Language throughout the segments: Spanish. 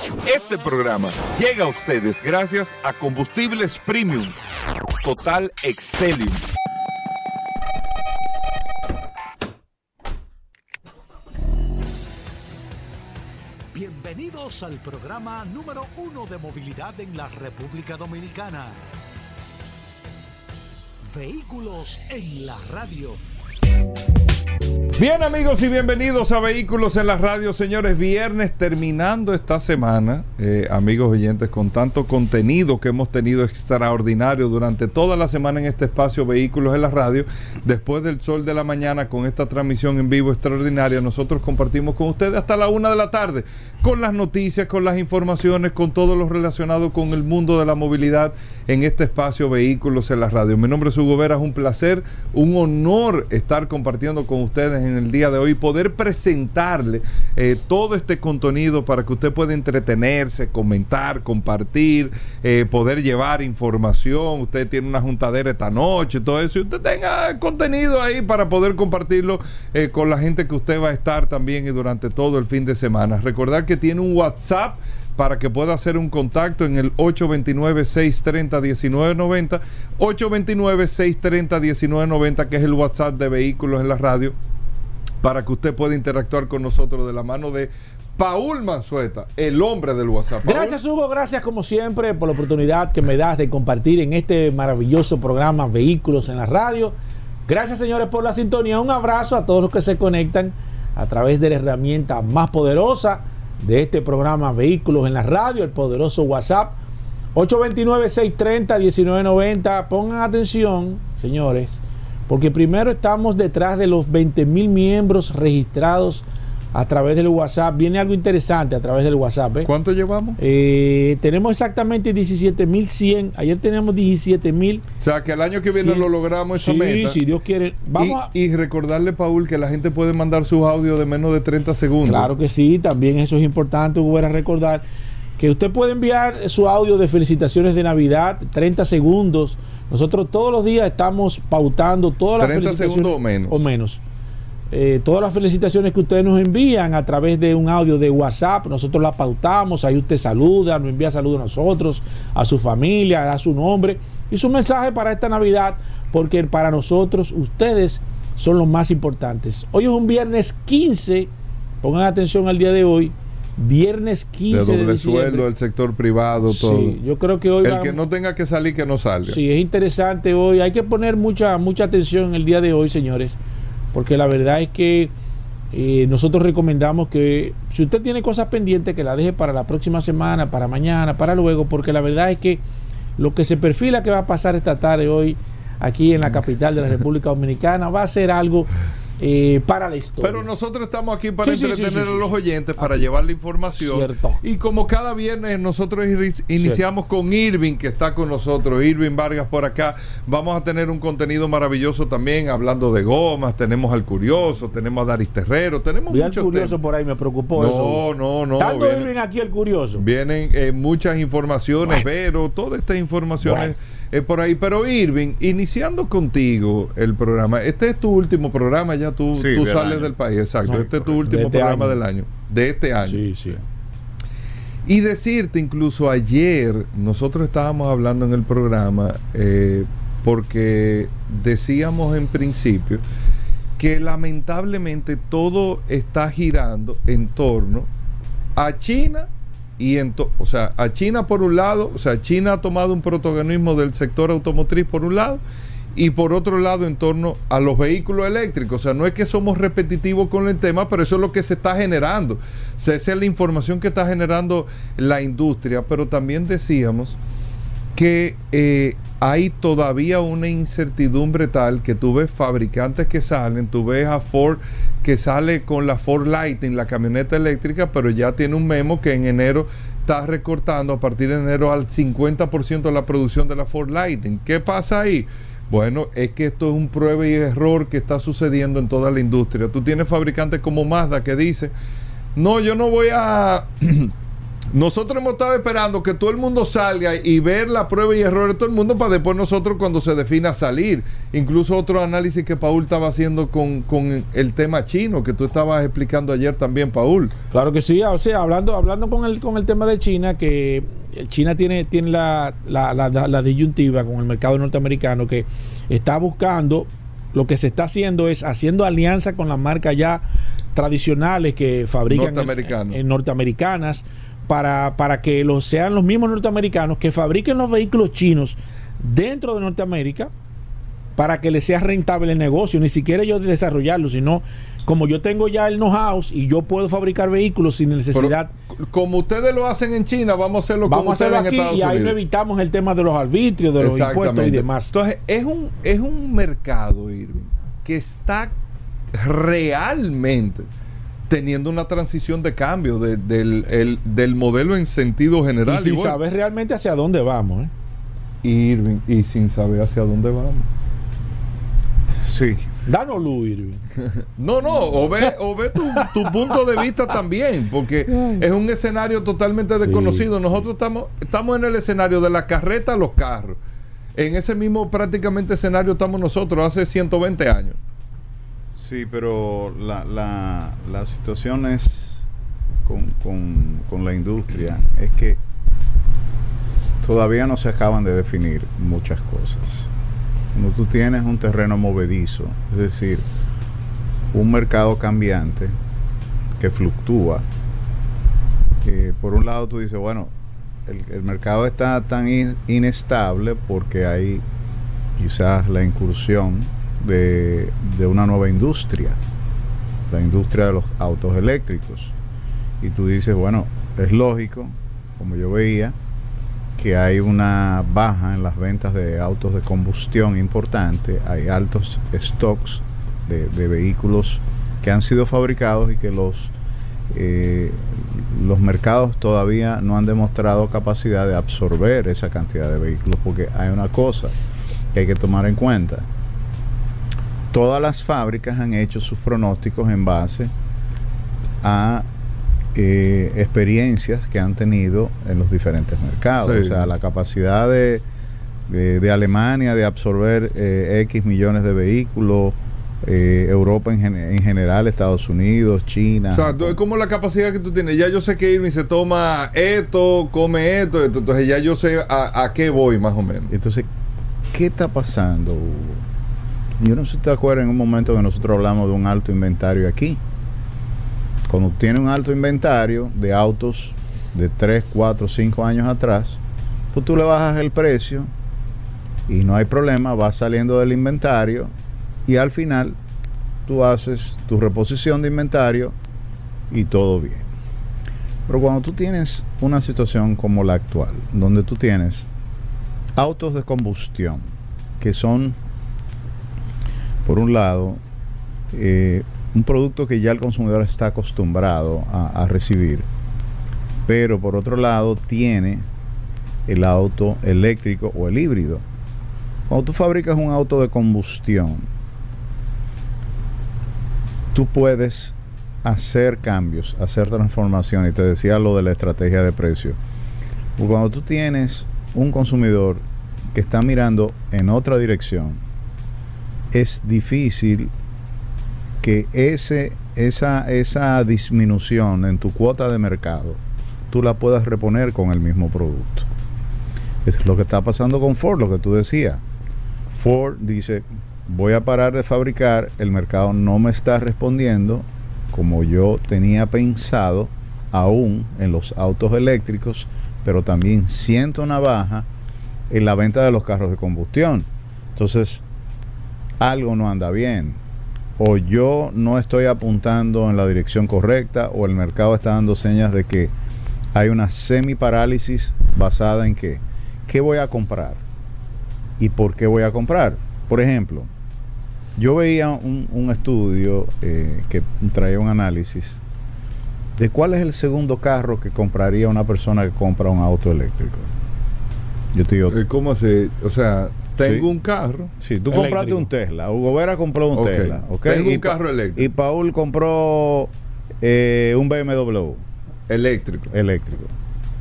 Este programa llega a ustedes gracias a Combustibles Premium Total Excelium. Bienvenidos al programa número 1 de movilidad en la República Dominicana. Vehículos en la radio. Bien, amigos, y bienvenidos a Vehículos en la Radio, señores. Viernes terminando esta semana, amigos oyentes, con tanto contenido que hemos tenido extraordinario durante toda la semana en este espacio Vehículos en la Radio. Después del sol de la mañana, con esta transmisión en vivo extraordinaria, nosotros compartimos con ustedes hasta la 1 de la tarde, con las noticias, con las informaciones, con todo lo relacionado con el mundo de la movilidad en este espacio Vehículos en la Radio. Mi nombre es Hugo Vera, es un placer, un honor estar compartiendo con ustedes en el día de hoy, poder presentarle todo este contenido para que usted pueda entretenerse, comentar, compartir, poder llevar información. Usted tiene una juntadera esta noche, todo eso, y usted tenga contenido ahí para poder compartirlo con la gente que usted va a estar también y durante todo el fin de semana. Recordar que tiene un WhatsApp para que pueda hacer un contacto en el 829-630-1990, 829-630-1990, que es el WhatsApp de Vehículos en la Radio, para que usted pueda interactuar con nosotros de la mano de Paul Manzueta, el hombre del WhatsApp. ¿Paul? Gracias, Hugo, gracias como siempre por la oportunidad que me das de compartir en este maravilloso programa Vehículos en la Radio. Gracias, señores, por la sintonía. Un abrazo a todos los que se conectan a través de la herramienta más poderosa de este programa Vehículos en la Radio, el poderoso WhatsApp 829-630-1990. Pongan atención, señores, porque primero estamos detrás de los 20,000 miembros registrados a través del WhatsApp. Viene algo interesante a través del WhatsApp. ¿Cuánto llevamos? Tenemos exactamente 17,100. Ayer teníamos 17,000. O sea, que el año que viene lo logramos esa meta. Sí, si Dios quiere. Y recordarle, Paul, que la gente puede mandar sus audios de menos de 30 segundos. Claro que sí, también eso es importante. Voy a recordar que usted puede enviar su audio de felicitaciones de Navidad, 30 segundos. Nosotros todos los días estamos pautando todas las felicitaciones. 30 segundos o menos. Todas las felicitaciones que ustedes nos envían a través de un audio de WhatsApp, nosotros las pautamos, ahí usted saluda, nos envía saludos a nosotros, a su familia, a su nombre y su mensaje para esta Navidad, porque para nosotros ustedes son los más importantes. Hoy es un viernes 15, pongan atención al día de hoy, viernes 15 de doble sueldo del sector privado, todo. Sí, yo creo que hoy que no tenga que salir, que no salga. Sí, es interesante hoy, hay que poner mucha atención en el día de hoy, señores, porque la verdad es que nosotros recomendamos que si usted tiene cosas pendientes, que la deje para la próxima semana, para mañana, para luego, porque la verdad es que lo que se perfila que va a pasar esta tarde hoy aquí en la capital de la República Dominicana va a ser algo para la historia. Pero nosotros estamos aquí para entretener a los oyentes, para llevar la información. Cierto. Y como cada viernes nosotros iniciamos con Irving, que está con nosotros, Irving Vargas por acá. Vamos a tener un contenido maravilloso también, hablando de gomas. Tenemos al Curioso, tenemos a Daris Terrero, tenemos muchos al Curioso temas. Por ahí me preocupó eso. No. Tanto Irving aquí el Curioso. Vienen muchas informaciones, pero todas estas informaciones por ahí. Pero Irving, iniciando contigo el programa, este es tu último programa, ya tú sales del país, exacto. Este es tu último programa del año, de este año. Sí. Y decirte, incluso ayer, nosotros estábamos hablando en el programa, porque decíamos en principio que lamentablemente todo está girando en torno a China o sea, a China por un lado, o sea, China ha tomado un protagonismo del sector automotriz por un lado, y por otro lado en torno a los vehículos eléctricos. O sea, no es que somos repetitivos con el tema, pero eso es lo que se está generando. O sea, esa es la información que está generando la industria. Pero también decíamos que hay todavía una incertidumbre tal que tú ves fabricantes que salen, tú ves a Ford que sale con la Ford Lightning, la camioneta eléctrica, pero ya tiene un memo que en enero está recortando a partir de enero al 50% de la producción de la Ford Lightning. ¿Qué pasa ahí? Bueno, es que esto es un prueba y error que está sucediendo en toda la industria. Tú tienes fabricantes como Mazda que dice, no, yo no voy a Nosotros hemos estado esperando que todo el mundo salga y ver la prueba y error de todo el mundo para después nosotros cuando se defina salir. Incluso otro análisis que Paul estaba haciendo con el tema chino, que tú estabas explicando ayer también, Paul. Claro que sí, o sea, hablando con el tema de China, que China tiene la disyuntiva con el mercado norteamericano, que está buscando, lo que se está haciendo es haciendo alianza con las marcas ya tradicionales que fabrican en norteamericanas, para que sean los mismos norteamericanos que fabriquen los vehículos chinos dentro de Norteamérica, para que les sea rentable el negocio. Ni siquiera yo desarrollarlo, sino como yo tengo ya el know-how y yo puedo fabricar vehículos sin necesidad. Pero, como ustedes lo hacen en China, vamos a hacerlo como ustedes en Estados Unidos. Y ahí no evitamos el tema de los arbitrios, de los impuestos y demás. Entonces, es un mercado, Irving, que está realmente teniendo una transición de cambio del modelo en sentido general. Y sin saber realmente hacia dónde vamos, Irving, y sin saber hacia dónde vamos. Sí. Danos luz, Irving. No, o ve tu punto de vista también, porque es un escenario totalmente desconocido. Nosotros estamos en el escenario de la carreta a los carros. En ese mismo prácticamente escenario estamos nosotros hace 120 años. Sí, pero la situación es con la industria es que todavía no se acaban de definir muchas cosas. Cuando tú tienes un terreno movedizo, es decir, un mercado cambiante que fluctúa, por un lado tú dices, bueno, el mercado está tan inestable porque hay quizás la incursión de una nueva industria, la industria de los autos eléctricos, y tú dices, bueno, es lógico, como yo veía, que hay una baja en las ventas de autos de combustión importante, hay altos stocks de vehículos que han sido fabricados y que los mercados todavía no han demostrado capacidad de absorber esa cantidad de vehículos, porque hay una cosa que hay que tomar en cuenta. Todas las fábricas han hecho sus pronósticos en base a experiencias que han tenido en los diferentes mercados. Sí. O sea, la capacidad de Alemania de absorber X millones de vehículos, Europa en general, Estados Unidos, China. O sea, es como la capacidad que tú tienes. Ya yo sé que Irving se toma esto, come esto, entonces ya yo sé a qué voy más o menos. Entonces, ¿qué está pasando, Hugo? Yo no sé si te acuerdas en un momento que nosotros hablamos de un alto inventario aquí. Cuando tiene un alto inventario de autos de 3, 4, 5 años atrás, pues tú le bajas el precio y no hay problema, vas saliendo del inventario y al final tú haces tu reposición de inventario y todo bien. Pero cuando tú tienes una situación como la actual, donde tú tienes autos de combustión que son, por un lado, un producto que ya el consumidor está acostumbrado a recibir, pero por otro lado tiene el auto eléctrico o el híbrido. Cuando tú fabricas un auto de combustión, tú puedes hacer cambios, hacer transformaciones, y te decía lo de la estrategia de precio. Cuando tú tienes un consumidor que está mirando en otra dirección, es difícil que esa disminución en tu cuota de mercado tú la puedas reponer con el mismo producto. Es lo que está pasando con Ford, lo que tú decías. Ford dice, voy a parar de fabricar, el mercado no me está respondiendo como yo tenía pensado, aún en los autos eléctricos, pero también siento una baja en la venta de los carros de combustión. Entonces, algo no anda bien. O yo no estoy apuntando en la dirección correcta, o el mercado está dando señas de que hay una semi-parálisis basada en qué voy a comprar y por qué voy a comprar. Por ejemplo, yo veía un estudio que traía un análisis de cuál es el segundo carro que compraría una persona que compra un auto eléctrico. Yo te digo, ¿cómo así? O sea, tengo un carro. Sí, tú compraste un Tesla. Hugo Vera compró un Tesla. Tengo un carro eléctrico. Y Paul compró un BMW eléctrico.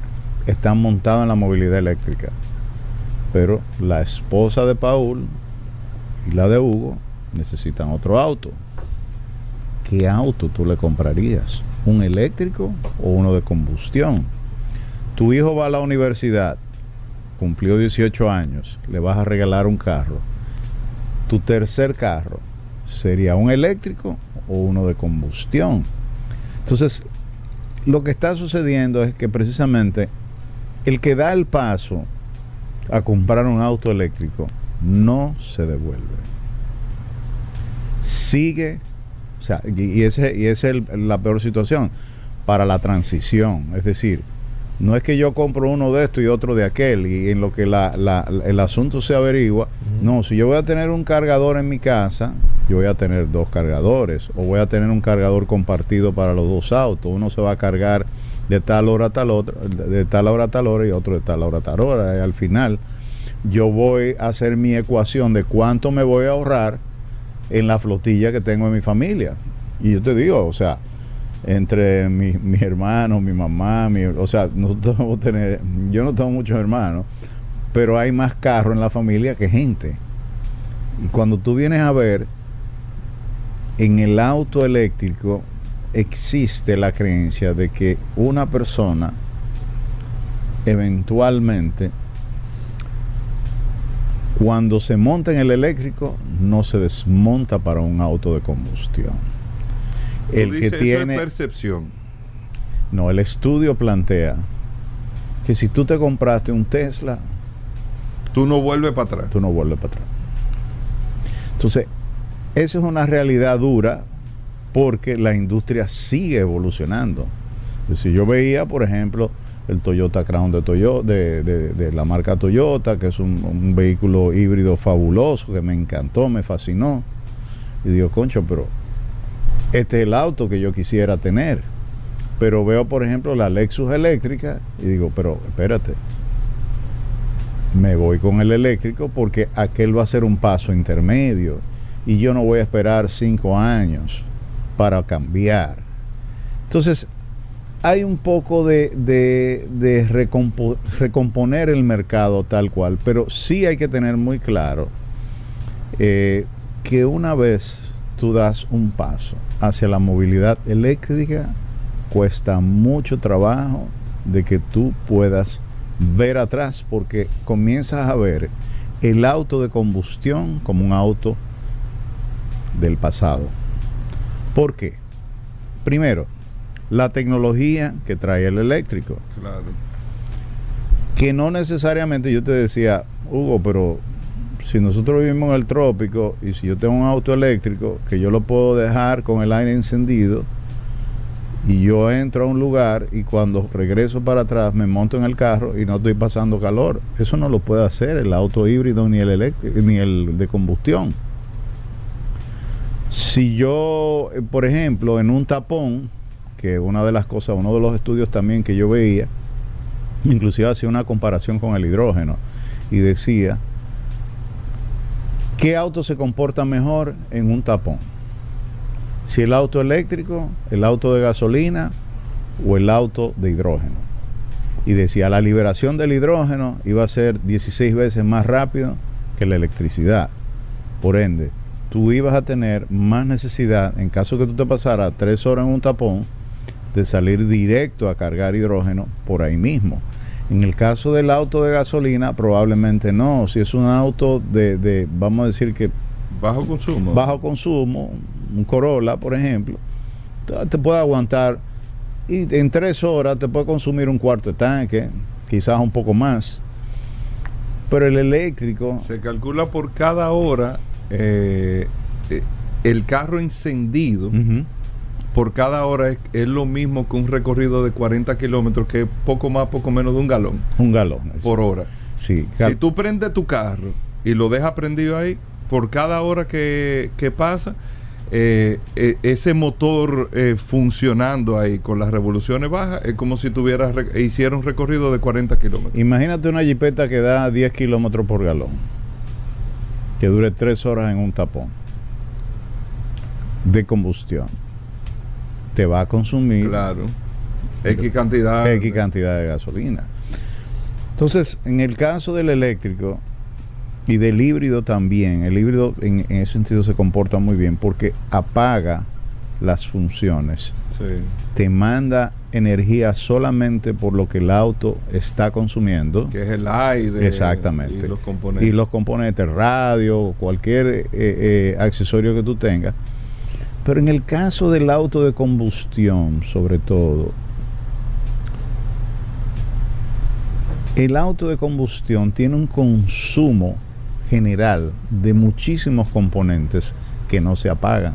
están montados en la movilidad eléctrica. Pero la esposa de Paul y la de Hugo necesitan otro auto. ¿Qué auto tú le comprarías? ¿Un eléctrico o uno de combustión? Tu hijo va a la universidad, cumplió 18 años, le vas a regalar un carro. Tu tercer carro sería un eléctrico o uno de combustión. Entonces, lo que está sucediendo es que precisamente el que da el paso a comprar un auto eléctrico no se devuelve. Sigue, o sea, y esa es la peor situación para la transición. Es decir, no es que yo compro uno de esto y otro de aquel, y en lo que el asunto se averigua, no, si yo voy a tener un cargador en mi casa, yo voy a tener dos cargadores, o voy a tener un cargador compartido para los dos autos. Uno se va a cargar de tal hora a tal otra, de tal hora a tal hora, y otro de tal hora a tal hora. Y al final yo voy a hacer mi ecuación de cuánto me voy a ahorrar en la flotilla que tengo en mi familia. Y yo te digo, o sea, entre mis hermanos, mi mamá, o sea, nosotros vamos a tener, yo no tengo muchos hermanos, pero hay más carros en la familia que gente. Y cuando tú vienes a ver, en el auto eléctrico existe la creencia de que una persona eventualmente, cuando se monta en el eléctrico, no se desmonta para un auto de combustión. El que tiene eso es percepción. No, el estudio plantea que si tú te compraste un Tesla, tú no vuelves para atrás. Tú no vuelves para atrás. Entonces, esa es una realidad dura porque la industria sigue evolucionando. Si yo veía, por ejemplo, el Toyota Crown de la marca Toyota, que es un vehículo híbrido fabuloso, que me encantó, me fascinó. Y digo, concho, pero este es el auto que yo quisiera tener. Pero veo, por ejemplo, la Lexus eléctrica y digo, pero espérate, me voy con el eléctrico porque aquel va a ser un paso intermedio y yo no voy a esperar 5 años para cambiar. Entonces, hay un poco de recomponer el mercado tal cual, pero sí hay que tener muy claro que una vez tú das un paso hacia la movilidad eléctrica, cuesta mucho trabajo de que tú puedas ver atrás, porque comienzas a ver el auto de combustión como un auto del pasado. ¿Por qué? Primero, la tecnología que trae el eléctrico. Claro. Que no necesariamente, yo te decía, Hugo, pero si nosotros vivimos en el trópico y si yo tengo un auto eléctrico que yo lo puedo dejar con el aire encendido y yo entro a un lugar y cuando regreso para atrás me monto en el carro y no estoy pasando calor, eso no lo puede hacer el auto híbrido ni el eléctrico ni el de combustión. Si yo, por ejemplo, en un tapón, que una de las cosas, uno de los estudios también que yo veía, inclusive hacía una comparación con el hidrógeno y decía, ¿qué auto se comporta mejor en un tapón? Si el auto eléctrico, el auto de gasolina o el auto de hidrógeno. Y decía, la liberación del hidrógeno iba a ser 16 veces más rápido que la electricidad. Por ende, tú ibas a tener más necesidad, en caso que tú te pasaras 3 horas en un tapón, de salir directo a cargar hidrógeno por ahí mismo. En el caso del auto de gasolina, probablemente no. Si es un auto de vamos a decir que bajo consumo, un Corolla, por ejemplo, te puede aguantar y en 3 horas te puede consumir un cuarto de tanque, quizás un poco más. Pero el eléctrico se calcula por cada hora el carro encendido. Por cada hora es lo mismo que un recorrido de 40 kilómetros, que es poco más, poco menos de un galón. Un galón. Por hora. Sí. Si tú prendes tu carro y lo dejas prendido ahí, por cada hora que pasa, ese motor funcionando ahí con las revoluciones bajas, es como si hiciera un recorrido de 40 kilómetros. Imagínate una jipeta que da 10 kilómetros por galón, que dure 3 horas en un tapón de combustión. Te va a consumir X cantidad de gasolina. Entonces, en el caso del eléctrico y del híbrido también, el híbrido en ese sentido se comporta muy bien porque apaga las funciones. Sí. Te manda energía solamente por lo que el auto está consumiendo. Que es el aire. Exactamente. Y los componentes, radio, cualquier accesorio que tú tengas. Pero en el caso del auto de combustión, sobre todo, el auto de combustión tiene un consumo general de muchísimos componentes que no se apagan.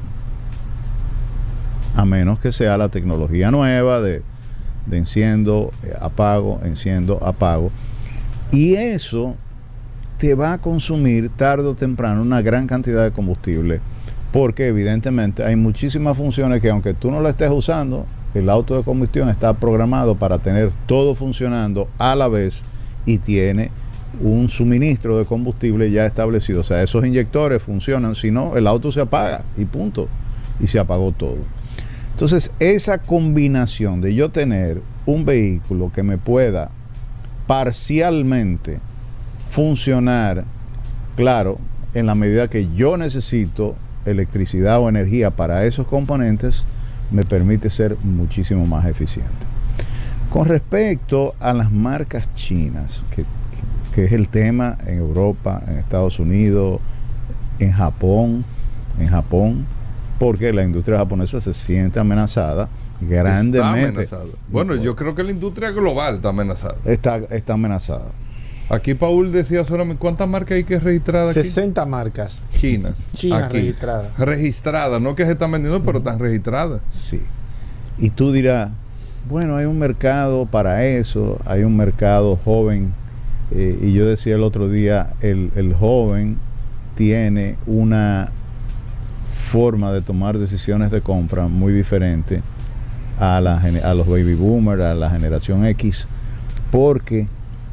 A menos que sea la tecnología nueva de enciendo, apago, enciendo, apago. Y eso te va a consumir tarde o temprano una gran cantidad de combustible, porque evidentemente hay muchísimas funciones que aunque tú no la estés usando, el auto de combustión está programado para tener todo funcionando a la vez y tiene un suministro de combustible ya establecido. O sea, esos inyectores funcionan, si no, el auto se apaga y punto. Y se apagó todo. Entonces, esa combinación de yo tener un vehículo que me pueda parcialmente funcionar, claro, en la medida que yo necesito electricidad o energía para esos componentes, me permite ser muchísimo más eficiente. Con respecto a las marcas chinas, que es el tema en Europa, en Estados Unidos, en Japón, porque la industria japonesa se siente amenazada grandemente. Está amenazada. Bueno, yo creo que la industria global está amenazada. Está amenazada. Aquí Paul decía solamente, ¿cuántas marcas hay que registrar aquí? 60 marcas. Chinas aquí, registradas. Registradas, no que se están vendiendo, pero están registradas. Sí. Y tú dirás, bueno, hay un mercado para eso, hay un mercado joven. Y yo decía el otro día, el joven tiene una forma de tomar decisiones de compra muy diferente a los baby boomers, a la generación X, porque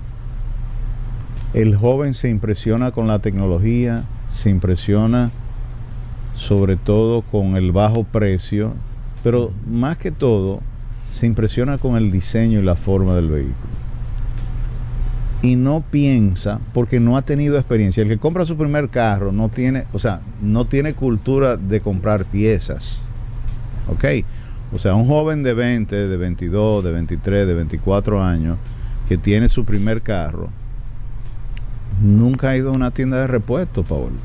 el joven se impresiona con la tecnología, se impresiona sobre todo con el bajo precio, pero más que todo se impresiona con el diseño y la forma del vehículo. Y no piensa, porque no ha tenido experiencia. El que compra su primer carro no tiene cultura de comprar piezas. ¿Ok? O sea, un joven de 20, de 22, de 23, de 24 años que tiene su primer carro, nunca ha ido a una tienda de repuestos, Paul.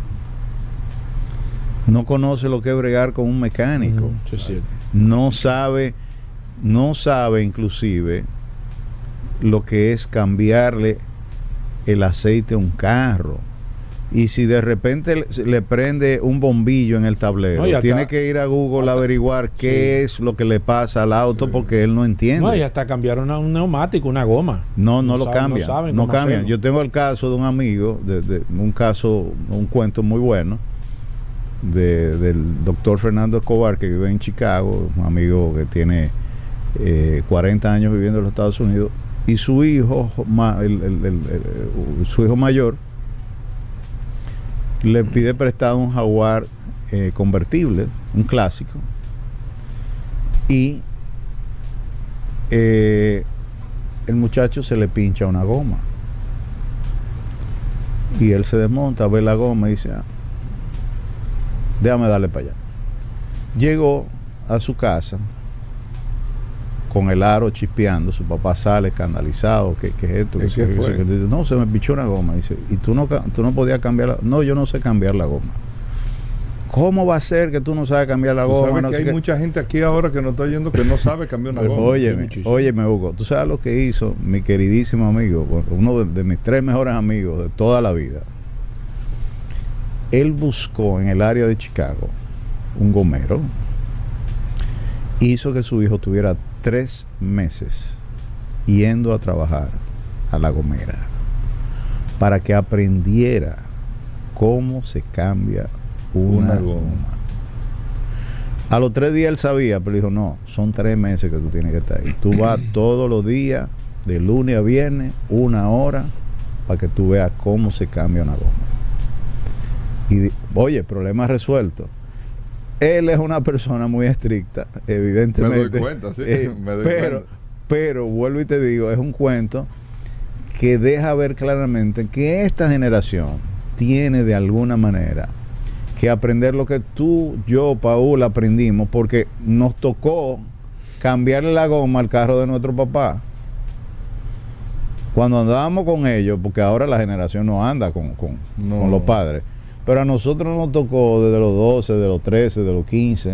No conoce lo que es bregar con un mecánico. No sabe inclusive lo que es cambiarle el aceite a un carro. Y si de repente le prende un bombillo en el tablero, tiene que ir a Google a averiguar qué es lo que le pasa al auto, porque él no entiende. No, y hasta cambiar un neumático, una goma. No lo cambian. No cambian. Yo tengo el caso de un amigo, un cuento muy bueno del doctor Fernando Escobar, que vive en Chicago, un amigo que tiene 40 años viviendo en los Estados Unidos, y su hijo su hijo mayor le pide prestado un Jaguar convertible, un clásico, y el muchacho se le pincha una goma y él se desmonta, ve la goma y dice, déjame darle para allá. Llegó a su casa con el aro chispeando. Su papá sale escandalizado. ¿Qué es esto? ¿Qué fue? No, se me pichó una goma. Dice, ¿y tú no podías cambiarla? No, yo no sé cambiar la goma. ¿Cómo va a ser que tú no sabes cambiar la goma? Sabes no que sé hay mucha gente aquí ahora que no está oyendo que no sabe cambiar una goma. Óyeme, Hugo, tú sabes lo que hizo mi queridísimo amigo, uno de mis 3 mejores amigos de toda la vida. Él buscó en el área de Chicago un gomero, hizo que su hijo tuviera 3 meses yendo a trabajar a la gomera para que aprendiera cómo se cambia una goma. A los 3 días él sabía, pero dijo, no, son 3 meses que tú tienes que estar ahí. Tú vas todos los días, de lunes a viernes, 1 hora, para que tú veas cómo se cambia una goma. Y oye, problema resuelto. Él es una persona muy estricta, evidentemente. Me doy cuenta, sí. Me doy cuenta. Pero vuelvo y te digo, es un cuento que deja ver claramente que esta generación tiene de alguna manera que aprender lo que tú, yo, Paul aprendimos, porque nos tocó cambiarle la goma al carro de nuestro papá. Cuando andábamos con ellos, porque ahora la generación no anda con los padres, pero a nosotros nos tocó desde los 12, de los 13, de los 15,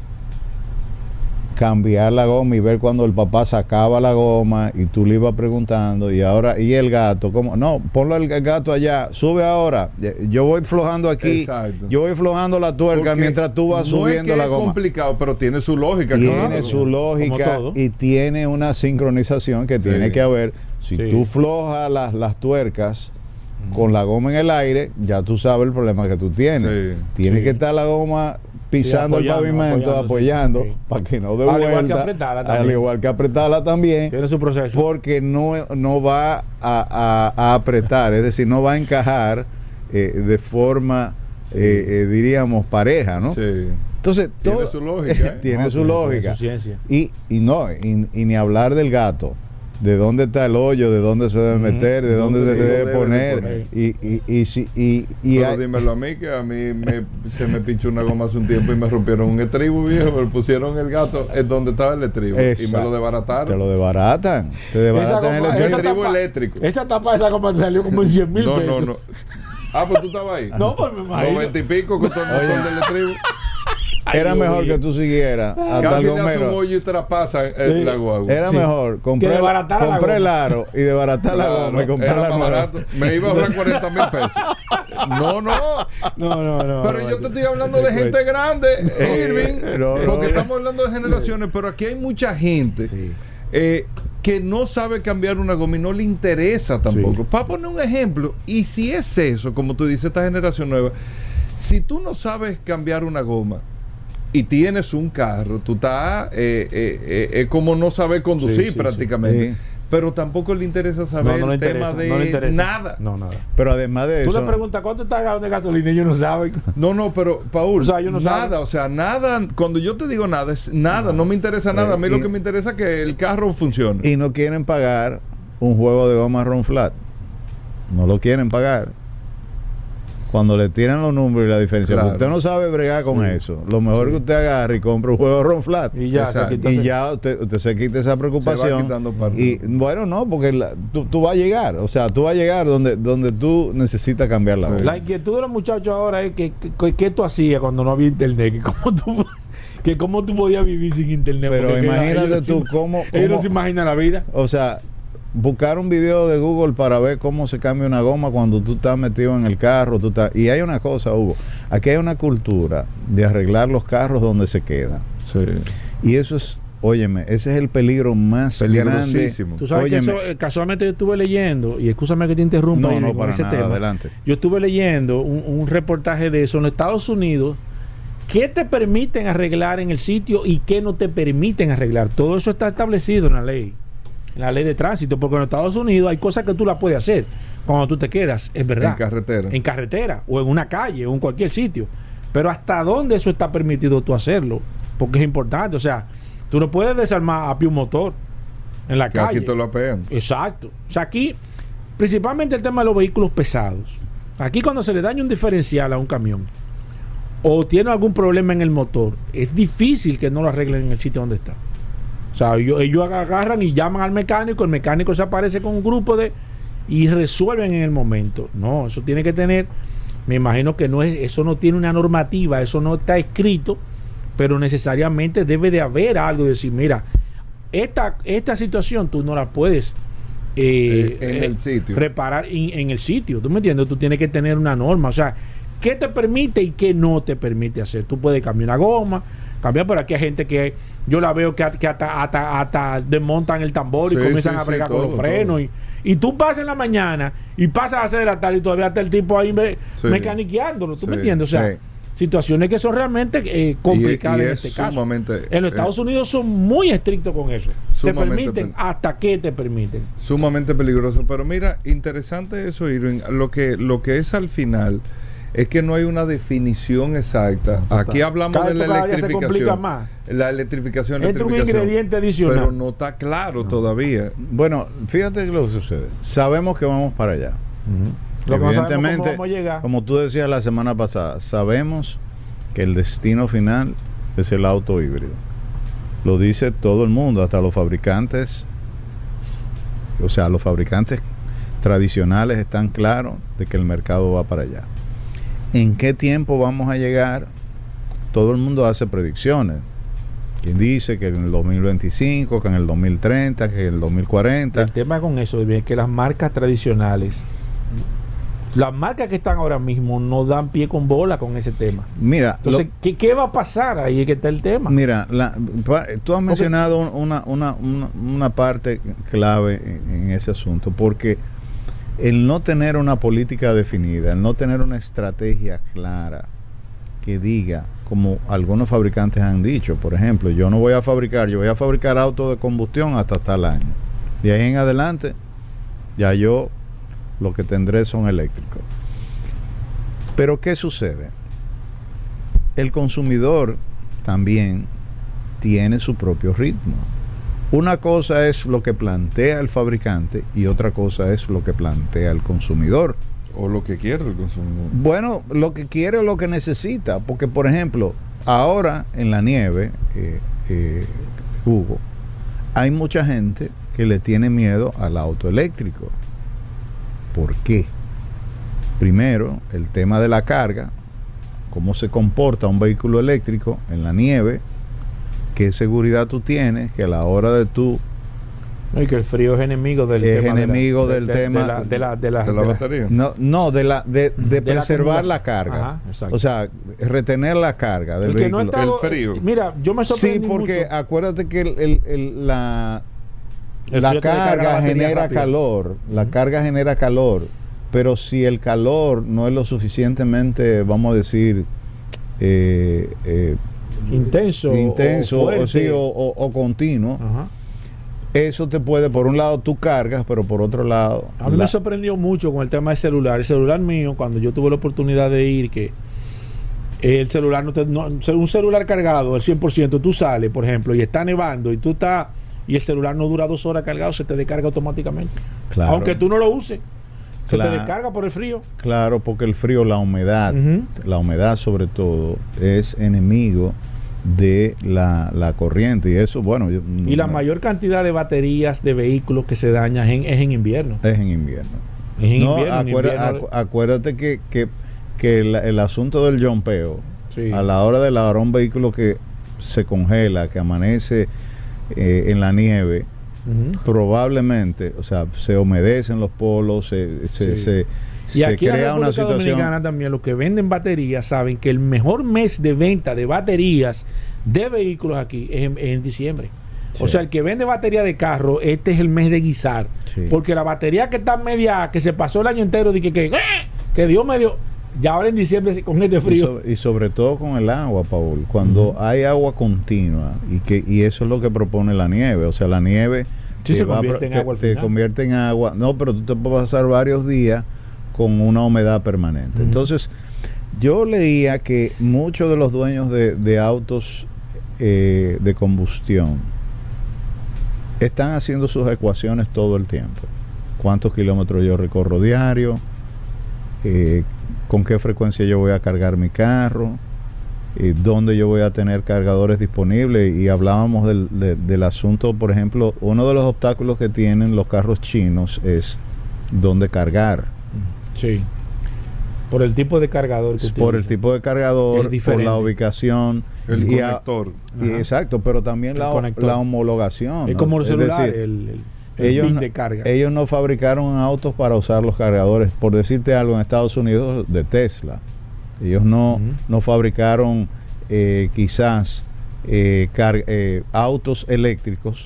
cambiar la goma y ver cuando el papá sacaba la goma y tú le ibas preguntando, y ahora, ¿y el gato? ¿Cómo? No, ponlo el gato allá, sube ahora, yo voy flojando aquí. Exacto. Yo voy flojando la tuerca porque mientras tú vas subiendo la goma. Es complicado, pero tiene su lógica. Tiene su lógica y tiene una sincronización que tiene que haber. Si tú flojas las tuercas con la goma en el aire, ya tú sabes el problema que tú tienes. Tiene que estar la goma pisando el pavimento, apoyando para que no dé vuelta. Al igual que apretarla también. Tiene su proceso. Porque no va a apretar, es decir, no va a encajar de forma, diríamos, pareja, ¿no? Sí. Entonces, tiene su lógica. Tiene su lógica. Su ciencia. Y ni hablar del gato. De dónde está el hoyo, de dónde se debe meter, de dónde se debe poner. Pero dímelo a mí, que a mí se me pinchó una goma hace un tiempo y me rompieron un estribo, viejo. Me pusieron el gato en donde estaba el estribo. Exacto. Y me lo desbarataron. Te lo desbaratan. Te desbaratan el estribo eléctrico. Esa tapa de esa goma te salió como en 100 mil pesos. No. Ah, pues tú estabas ahí. No, pues me imagino. 90 y pico con todo el motor del estribo. Era mejor que tú siguieras hasta el gomero. Casi un hoyo y traspasa la guagua. Era mejor comprar el aro y desbaratar la goma y comprar la nueva. Me iba a ahorrar 40 mil pesos. No. Pero yo te estoy hablando de gente grande, Irving, porque estamos hablando de generaciones, pero aquí hay mucha gente que no sabe cambiar una goma y no le interesa tampoco. Para poner un ejemplo, y si es eso, como tú dices, esta generación nueva, si tú no sabes cambiar una goma y tienes un carro, tú estás es como no saber conducir prácticamente. Pero tampoco le interesa saber el tema de nada. Nada. Pero además de eso, tú le preguntas cuánto está de gasolina y ellos no saben. No, pero Paul, o sea, yo no nada, o sea, nada. Cuando yo te digo nada, es nada, no me interesa nada. A mí lo que me interesa es que el carro funcione. Y no quieren pagar un juego de goma run flat. No lo quieren pagar. Cuando le tiran los números y la diferencia, claro. Usted no sabe bregar con eso. Lo mejor que usted agarre y compre un juego run flat. Y ya, usted se quita esa preocupación. Y bueno, no, porque tú vas a llegar. O sea, tú vas a llegar donde tú necesitas cambiar la voz. La inquietud de los muchachos ahora es que tú hacías cuando no había internet. Que cómo tú podías vivir sin internet. Pero imagínate tú cómo ellos no se imaginan la vida. O sea, buscar un video de Google para ver cómo se cambia una goma cuando tú estás metido en el carro. Y hay una cosa, Hugo, aquí hay una cultura de arreglar los carros donde se quedan. Sí. Y eso es, óyeme, ese es el peligro más grande. Tú sabes que eso, casualmente yo estuve leyendo, y escúchame que te interrumpa no, para ese nada, tema. Adelante. Yo estuve leyendo un reportaje de eso en Estados Unidos. ¿Qué te permiten arreglar en el sitio y qué no te permiten arreglar? Todo eso está establecido en la ley de tránsito, porque en Estados Unidos hay cosas que tú las puedes hacer cuando tú te quedas, es verdad. En carretera o en una calle o en cualquier sitio. Pero ¿hasta dónde eso está permitido tú hacerlo? Porque es importante. O sea, tú no puedes desarmar a pie un motor en la calle. Aquí te lo apegan. Exacto. O sea, aquí, principalmente el tema de los vehículos pesados. Aquí cuando se le daña un diferencial a un camión o tiene algún problema en el motor, es difícil que no lo arreglen en el sitio donde está. O sea, ellos agarran y llaman al mecánico, el mecánico se aparece con un grupo y resuelven en el momento. No, eso tiene que tener, me imagino que eso no tiene una normativa, eso no está escrito, pero necesariamente debe de haber algo, de decir, mira, esta situación tú no la puedes en el sitio reparar en el sitio, ¿tú me entiendes? Tú tienes que tener una norma, o sea, ¿qué te permite y qué no te permite hacer? Tú puedes cambiar una goma, pero aquí hay gente que yo la veo que hasta desmontan el tambor y comienzan a bregar con los frenos. Y tú pasas en la mañana y pasas a las 6 de la tarde y todavía está el tipo ahí mecaniqueándolo. ¿Tú me entiendes? O sea, situaciones que son realmente complicadas en este caso. En los Estados Unidos son muy estrictos con eso. Te permiten hasta qué te permiten. Sumamente peligroso. Pero mira, interesante eso, Irving. Lo que es al final es que no hay una definición exacta. Aquí hablamos de la electrificación. La electrificación, entra un ingrediente adicional. Pero no está claro todavía. Bueno, fíjate lo que sucede. Sabemos que vamos para allá. Evidentemente, como tú decías la semana pasada, sabemos que el destino final es el auto híbrido. Lo dice todo el mundo, hasta los fabricantes. O sea, los fabricantes tradicionales están claros de que el mercado va para allá. ¿En qué tiempo vamos a llegar? Todo el mundo hace predicciones. Quien dice que en el 2025, que en el 2030, que en el 2040. El tema con eso es que las marcas tradicionales, las marcas que están ahora mismo no dan pie con bola con ese tema. Mira, entonces, ¿qué va a pasar? Ahí es que está el tema. Mira, tú has mencionado una parte clave en ese asunto, porque el no tener una política definida, el no tener una estrategia clara que diga, como algunos fabricantes han dicho, por ejemplo, yo voy a fabricar autos de combustión hasta tal año. De ahí en adelante, ya yo lo que tendré son eléctricos. Pero ¿qué sucede? El consumidor también tiene su propio ritmo. Una cosa es lo que plantea el fabricante y otra cosa es lo que plantea el consumidor. O lo que quiere el consumidor. Bueno, lo que quiere o lo que necesita. Porque, por ejemplo, ahora en la nieve, Hugo, hay mucha gente que le tiene miedo al auto eléctrico. ¿Por qué? Primero, el tema de la carga, cómo se comporta un vehículo eléctrico en la nieve, qué seguridad tú tienes, que a la hora de tú... Y que el frío es enemigo del tema de la batería. No, de preservar la carga. Ajá, o sea, retener la carga del vehículo. El frío. Mira, yo me sorprendí. Sí, porque mucho. Acuérdate que la carga genera calor. La carga genera calor. Pero si el calor no es lo suficientemente, vamos a decir, intenso o continuo, ajá, eso te puede, por un lado tú cargas, pero por otro lado... A mí me sorprendió mucho con el tema del celular. El celular mío, cuando yo tuve la oportunidad de ir, que el celular un celular cargado al 100%, tú sales, por ejemplo, y está nevando, y el celular no dura 2 horas cargado, se te descarga automáticamente. Claro. Aunque tú no lo uses. Se te descarga por el frío. Claro, porque el frío, la humedad, la humedad sobre todo, es enemigo de la corriente. Y eso, bueno... y la mayor cantidad de baterías de vehículos que se dañan es en invierno. Es en invierno. Acuérdate que el asunto del jumpeo, sí, a la hora de lavar un vehículo que se congela, que amanece en la nieve, probablemente, o sea, se humedecen los polos, se crea una situación. Dominicana también, los que venden baterías saben que el mejor mes de venta de baterías de vehículos aquí es en diciembre. Sí. O sea, el que vende batería de carro, este es el mes de guisar. Sí. Porque la batería que está media, que se pasó el año entero, que dio medio, ya ahora en diciembre con este frío. Y sobre todo con el agua, Paul. Cuando hay agua continua, y eso es lo que propone la nieve. O sea, la nieve se convierte en agua al final. Te convierte en agua. No, pero tú te puedes pasar varios días con una humedad permanente. Entonces, yo leía que muchos de los dueños de autos de combustión están haciendo sus ecuaciones todo el tiempo. ¿Cuántos kilómetros yo recorro diario? ¿Con qué frecuencia yo voy a cargar mi carro? ¿Dónde yo voy a tener cargadores disponibles? Y hablábamos del asunto, por ejemplo, uno de los obstáculos que tienen los carros chinos es dónde cargar. Sí. Por el tipo de cargador que por el tipo de cargador, por la ubicación, el conector. Exacto, pero también la homologación. Es como el celular, decir, el de carga. Ellos no fabricaron autos para usar los cargadores. Por decirte algo, en Estados Unidos, de Tesla, ellos no fabricaron quizás autos eléctricos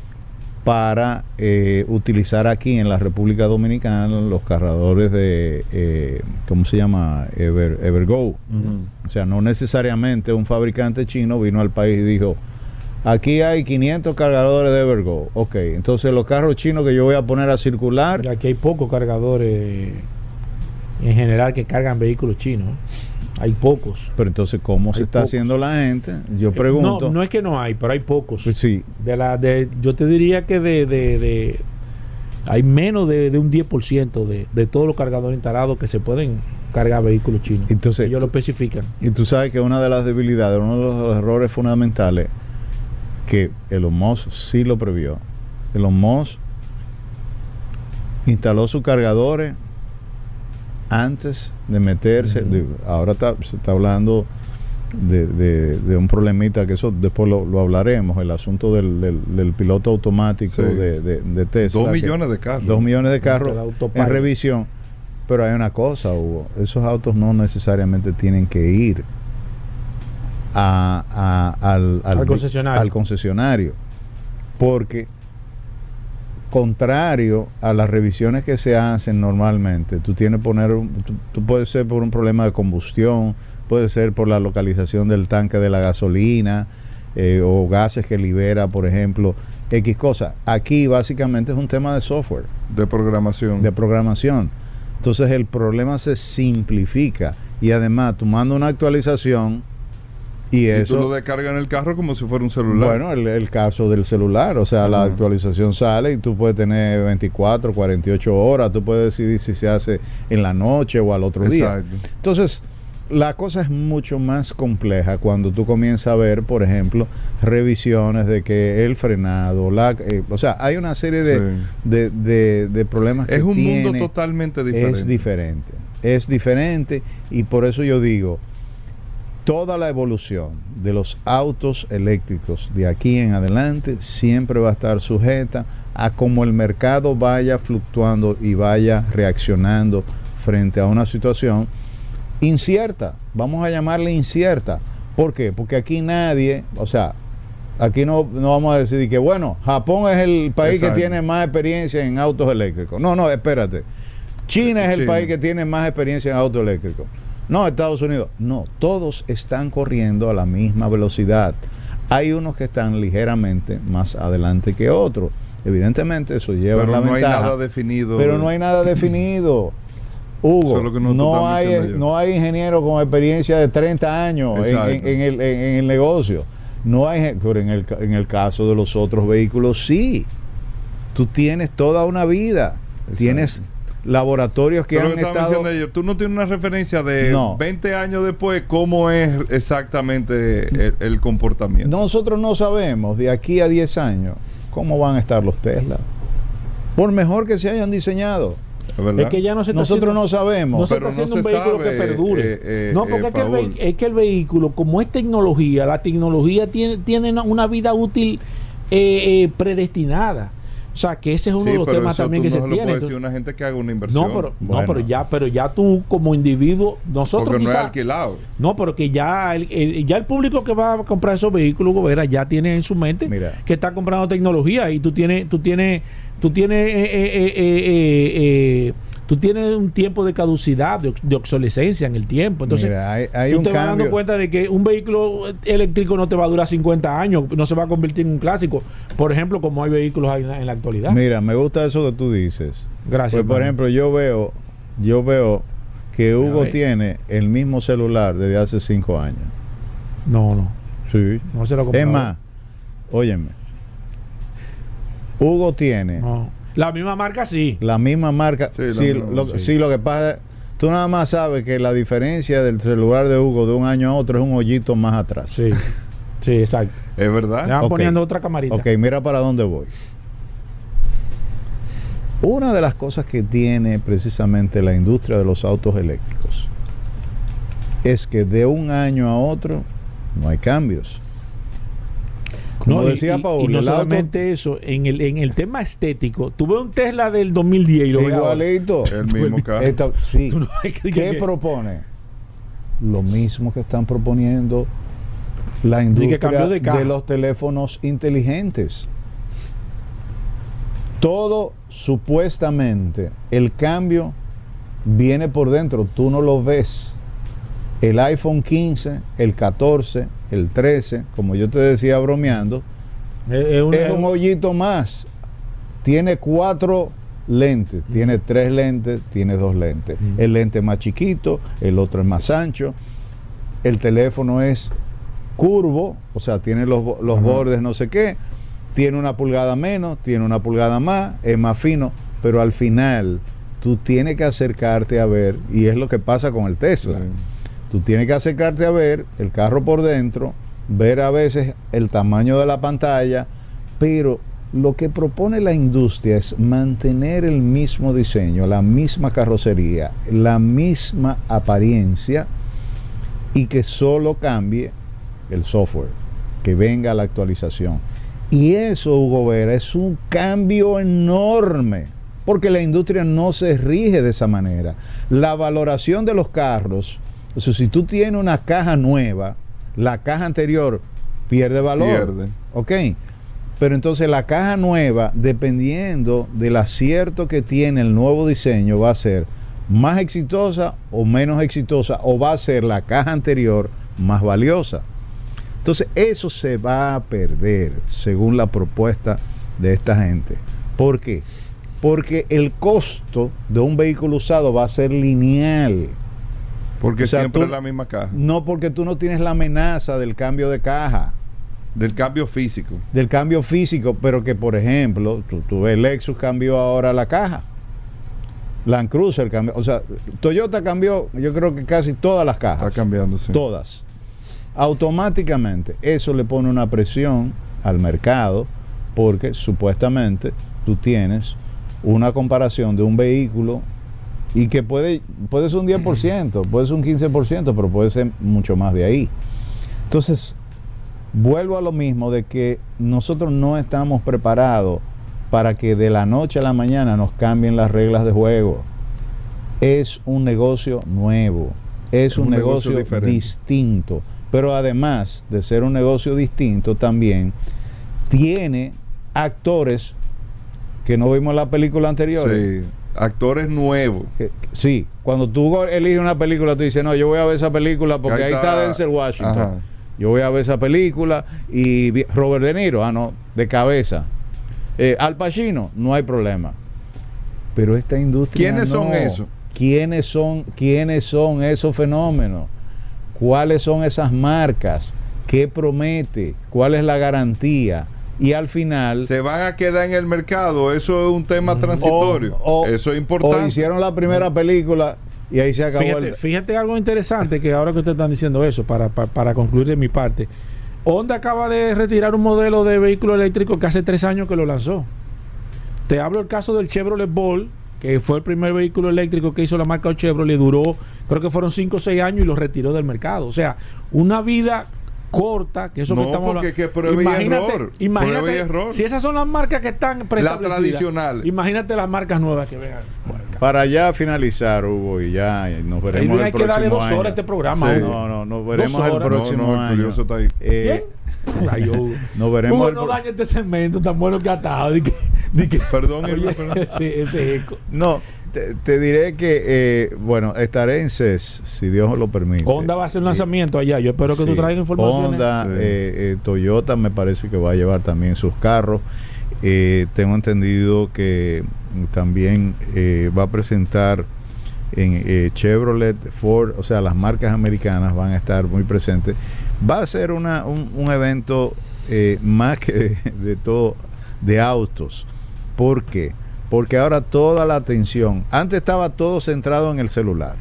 para utilizar aquí en la República Dominicana los cargadores de ¿cómo se llama? Evergo. O sea, no necesariamente un fabricante chino vino al país y dijo: aquí hay 500 cargadores de Evergo. Ok, entonces los carros chinos que yo voy a poner a circular... Aquí hay pocos cargadores en general que cargan vehículos chinos. Hay pocos. Pero entonces, ¿cómo se está haciendo la gente? Yo pregunto. No es que no hay, pero hay pocos. Pues sí. Yo te diría que hay menos de un 10% de todos los cargadores instalados que se pueden cargar vehículos chinos. Entonces, ellos lo especifican. Y tú sabes que una de las debilidades, uno de los errores fundamentales, que Elon Musk sí lo previó. Elon Musk instaló sus cargadores antes de meterse. Ahora se está hablando de un problemita, que eso después lo hablaremos, el asunto del piloto automático de Tesla. 2 millones de carros. 2 millones de carros en revisión. Pero hay una cosa, Hugo, esos autos no necesariamente tienen que ir al concesionario, porque contrario a las revisiones que se hacen normalmente, tú puede ser por un problema de combustión, puede ser por la localización del tanque de la gasolina, o gases que libera, por ejemplo, X cosa. Aquí básicamente es un tema de software, de programación. Entonces el problema se simplifica, y además tú mandas una actualización y eso, tú lo descargas en el carro como si fuera un celular. Bueno, el caso del celular, o sea, la actualización sale y tú puedes tener 24, 48 horas, tú puedes decidir si se hace en la noche o al otro día. Entonces, la cosa es mucho más compleja cuando tú comienzas a ver, por ejemplo, revisiones de que el frenado, o sea, hay una serie de problemas que es un tiene. mundo totalmente diferente. Es diferente, y por eso yo digo, toda la evolución de los autos eléctricos de aquí en adelante siempre va a estar sujeta a cómo el mercado vaya fluctuando y vaya reaccionando frente a una situación incierta, vamos a llamarle incierta. ¿Por qué? Porque aquí nadie, o sea, aquí no vamos a decidir que, bueno, Japón es el país que tiene más experiencia en autos eléctricos. No, espérate. China es el país que tiene más experiencia en autos eléctricos. No, Estados Unidos. No, todos están corriendo a la misma velocidad. Hay unos que están ligeramente más adelante que otros. Evidentemente eso lleva la ventaja. Pero no hay nada definido. Pero no hay nada definido. Hugo, no hay ingeniero con experiencia de 30 años en el negocio. No hay, pero en el caso de los otros vehículos sí. Tú tienes toda una vida. Exacto. Tienes laboratorios que han estado. Tú no tienes una referencia de 20 años después cómo es exactamente el comportamiento. Nosotros no sabemos de aquí a 10 años cómo van a estar los Tesla, por mejor que se hayan diseñado. Es que ya nosotros no sabemos. No se está haciendo un vehículo que perdure. No, porque es que el vehículo, como es tecnología, la tecnología tiene una vida útil predestinada. O sea, que ese es uno de los temas también que se tiene. No puede decir una gente que haga una inversión. Pero ya tú como individuo, nosotros porque no es alquilado. No, pero que ya el público que va a comprar esos vehículos, Gobera, ya tiene en su mente que está comprando tecnología, y tú tienes un tiempo de caducidad, de obsolescencia en el tiempo. Entonces, hay tú te vas dando cuenta de que un vehículo eléctrico no te va a durar 50 años, no se va a convertir en un clásico, por ejemplo, como hay vehículos en la actualidad. Mira, me gusta eso que tú dices. Gracias. Pues, por ejemplo, yo veo que Hugo tiene el mismo celular desde hace 5 años. No. Sí. No se lo compró. Es más, óyeme, Hugo tiene... No. La misma marca, sí. La misma marca. Sí, lo que pasa es, tú nada más sabes que la diferencia del celular de Hugo de un año a otro es un hoyito más atrás. Sí, exacto. Es verdad. Le van poniendo otra camarita. Ok, mira para dónde voy. Una de las cosas que tiene precisamente la industria de los autos eléctricos es que de un año a otro no hay cambios. Como decía Paul, y no solamente eso, en el tema estético, tuve un Tesla del 2010 y lo veo igualito. El mismo carro. Sí. ¿Qué propone? Lo mismo que están proponiendo la industria de los teléfonos inteligentes. Todo supuestamente, el cambio viene por dentro, tú no lo ves. El iPhone 15, el 14, el 13, como yo te decía bromeando, es un hoyito más. Tiene 4 lentes, tiene 3 lentes, tiene 2 lentes. El lente es más chiquito, el otro es más ancho. El teléfono es curvo, o sea, tiene los bordes no sé qué, tiene 1 pulgada menos, tiene 1 pulgada más, es más fino, pero al final tú tienes que acercarte a ver, y es lo que pasa con el Tesla. Sí. Tú tienes que acercarte a ver el carro por dentro, ver a veces el tamaño de la pantalla, pero lo que propone la industria es mantener el mismo diseño, la misma carrocería, la misma apariencia, y que solo cambie el software, que venga la actualización. Y eso, Hugo Vera, es un cambio enorme, porque la industria no se rige de esa manera. La valoración de los carros, o sea, si tú tienes una caja nueva, la caja anterior pierde valor. Pierde. Ok. Pero entonces la caja nueva, dependiendo del acierto que tiene el nuevo diseño, va a ser más exitosa o menos exitosa, o va a ser la caja anterior más valiosa. Entonces eso se va a perder según la propuesta de esta gente. ¿Por qué? Porque el costo de un vehículo usado va a ser lineal. Porque siempre es la misma caja. No, porque tú no tienes la amenaza del cambio de caja. Del cambio físico. Del cambio físico, pero que por ejemplo, tú ves, Lexus cambió ahora la caja. Land Cruiser cambió, o sea, Toyota cambió, yo creo que casi todas las cajas. Está cambiando, sí. Todas. Automáticamente, eso le pone una presión al mercado, porque supuestamente tú tienes una comparación de un vehículo y que puede ser un 10%, puede ser un 15%, pero puede ser mucho más de ahí. Entonces, vuelvo a lo mismo de que nosotros no estamos preparados para que de la noche a la mañana nos cambien las reglas de juego. Es un negocio nuevo, es un negocio distinto, pero además de ser un negocio distinto, también tiene actores que no vimos en la película anterior. Sí, actores nuevos. Sí, cuando tú eliges una película, tú dices, no, yo voy a ver esa película porque ahí está Denzel Washington. Ajá. Yo voy a ver esa película y Robert De Niro, no, de cabeza. Al Pacino, no hay problema. Pero esta industria ¿Quiénes son esos? ¿Quiénes son esos fenómenos? ¿Cuáles son esas marcas? ¿Qué promete? ¿Cuál es la garantía? Y al final se van a quedar en el mercado. Eso es un tema transitorio. Eso es importante. O hicieron la primera película y ahí se acabó. Fíjate algo interesante que ahora que ustedes están diciendo eso, para concluir de mi parte. Honda acaba de retirar un modelo de vehículo eléctrico que hace 3 años que lo lanzó. Te hablo del caso del Chevrolet Bolt, que fue el primer vehículo eléctrico que hizo la marca Chevrolet, duró, creo que fueron 5 o 6 años y lo retiró del mercado. O sea, una vida corta, que eso no, que estamos porque que prueba y error. Imagínate, error. Si esas son las marcas que están preestablecidas, la tradicional. Imagínate las marcas nuevas que vengan. Para ya finalizar, Hugo, y ya nos veremos el próximo año. Hay que darle 2 horas a este programa. Sí. No, nos veremos el próximo año. Está ahí. Ay, nos veremos. Hugo, no dañe este segmento tan bueno que ha estado. Perdón, ese eco. No, te diré que, bueno, estaré en CES, si Dios lo permite. Honda va a hacer un lanzamiento allá. Yo espero que tú traigas información. Honda, Toyota me parece que va a llevar también sus carros. Tengo entendido que también va a presentar en Chevrolet, Ford, o sea, las marcas americanas van a estar muy presentes. Va a ser un evento más que de todo de autos. ¿Por qué? Porque ahora toda la atención, antes estaba todo centrado en el celular.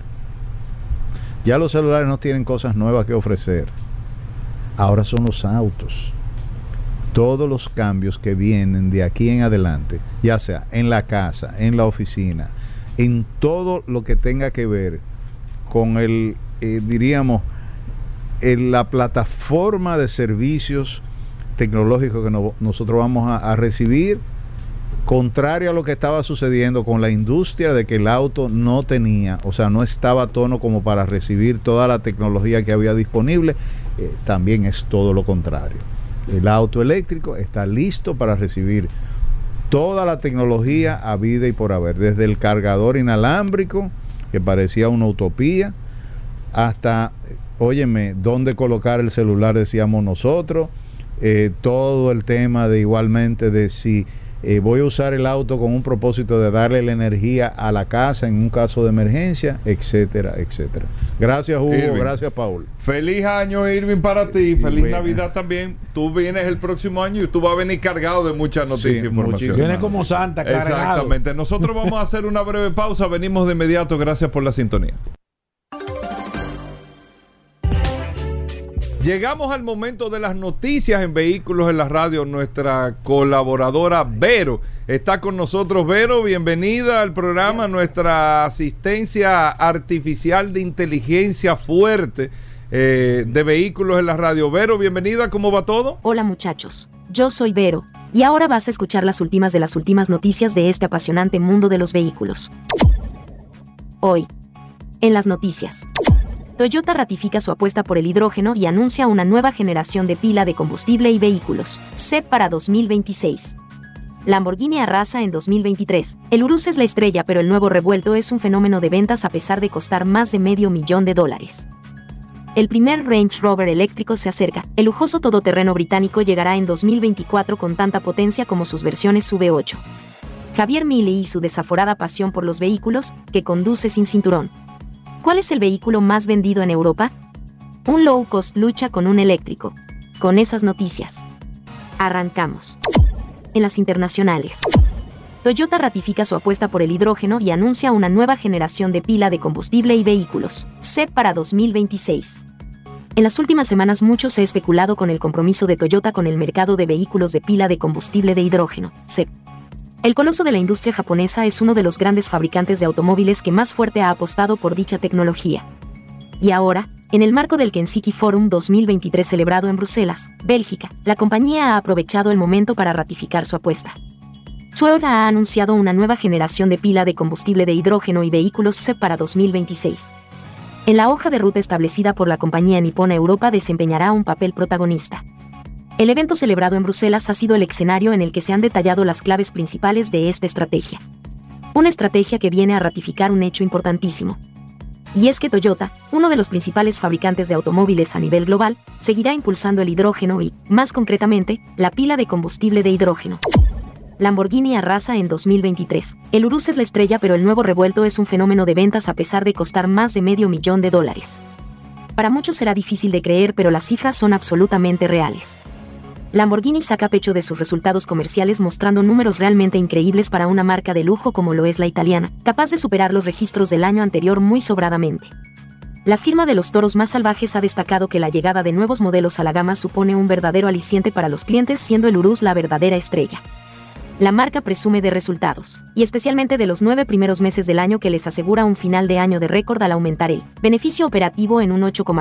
Ya los celulares no tienen cosas nuevas que ofrecer. Ahora son los autos. Todos los cambios que vienen de aquí en adelante, ya sea en la casa, en la oficina, en todo lo que tenga que ver con el, diríamos, la plataforma de servicios tecnológicos que nosotros vamos a recibir, contrario a lo que estaba sucediendo con la industria de que el auto no tenía, o sea, no estaba a tono como para recibir toda la tecnología que había disponible, también es todo lo contrario. El auto eléctrico está listo para recibir toda la tecnología habida y por haber, desde el cargador inalámbrico, que parecía una utopía, hasta, óyeme, dónde colocar el celular, decíamos nosotros, todo el tema de igualmente de si voy a usar el auto con un propósito de darle la energía a la casa en un caso de emergencia, etcétera, etcétera. Gracias, Hugo. Irving. Gracias, Paul. Feliz año, Irving, para ti. Feliz Navidad también. Tú vienes el próximo año y tú vas a venir cargado de muchas noticias e información. Viene como Santa, cargado. Exactamente. Nosotros vamos a hacer una breve pausa. Venimos de inmediato. Gracias por la sintonía. Llegamos al momento de las noticias en Vehículos en la Radio. Nuestra colaboradora Vero está con nosotros. Vero, bienvenida al programa. Nuestra asistencia artificial de inteligencia fuerte de Vehículos en la Radio. Vero, bienvenida. ¿Cómo va todo? Hola muchachos, yo soy Vero, y ahora vas a escuchar las últimas de las últimas noticias de este apasionante mundo de los vehículos. Hoy, en las noticias. Toyota ratifica su apuesta por el hidrógeno y anuncia una nueva generación de pila de combustible y vehículos, CEP para 2026. Lamborghini arrasa en 2023. El Urus es la estrella, pero el nuevo revuelto es un fenómeno de ventas a pesar de costar más de $500,000. El primer Range Rover eléctrico se acerca. El lujoso todoterreno británico llegará en 2024 con tanta potencia como sus versiones V8. Javier Milei y su desaforada pasión por los vehículos, que conduce sin cinturón. ¿Cuál es el vehículo más vendido en Europa? Un low cost lucha con un eléctrico. Con esas noticias, arrancamos. En las internacionales. Toyota ratifica su apuesta por el hidrógeno y anuncia una nueva generación de pila de combustible y vehículos, CEP para 2026. En las últimas semanas mucho se ha especulado con el compromiso de Toyota con el mercado de vehículos de pila de combustible de hidrógeno, CEP. El coloso de la industria japonesa es uno de los grandes fabricantes de automóviles que más fuerte ha apostado por dicha tecnología. Y ahora, en el marco del Kentucky Forum 2023 celebrado en Bruselas, Bélgica, la compañía ha aprovechado el momento para ratificar su apuesta. Toyota ha anunciado una nueva generación de pila de combustible de hidrógeno y vehículos CEP para 2026. En la hoja de ruta establecida por la compañía nipona, Europa desempeñará un papel protagonista. El evento celebrado en Bruselas ha sido el escenario en el que se han detallado las claves principales de esta estrategia. Una estrategia que viene a ratificar un hecho importantísimo. Y es que Toyota, uno de los principales fabricantes de automóviles a nivel global, seguirá impulsando el hidrógeno y, más concretamente, la pila de combustible de hidrógeno. Lamborghini arrasa en 2023. El Urus es la estrella, pero el nuevo revuelto es un fenómeno de ventas a pesar de costar más de $500,000. Para muchos será difícil de creer, pero las cifras son absolutamente reales. Lamborghini saca pecho de sus resultados comerciales mostrando números realmente increíbles para una marca de lujo como lo es la italiana, capaz de superar los registros del año anterior muy sobradamente. La firma de los toros más salvajes ha destacado que la llegada de nuevos modelos a la gama supone un verdadero aliciente para los clientes, siendo el Urus la verdadera estrella. La marca presume de resultados, y especialmente de los 9 primeros meses del año, que les asegura un final de año de récord al aumentar el beneficio operativo en un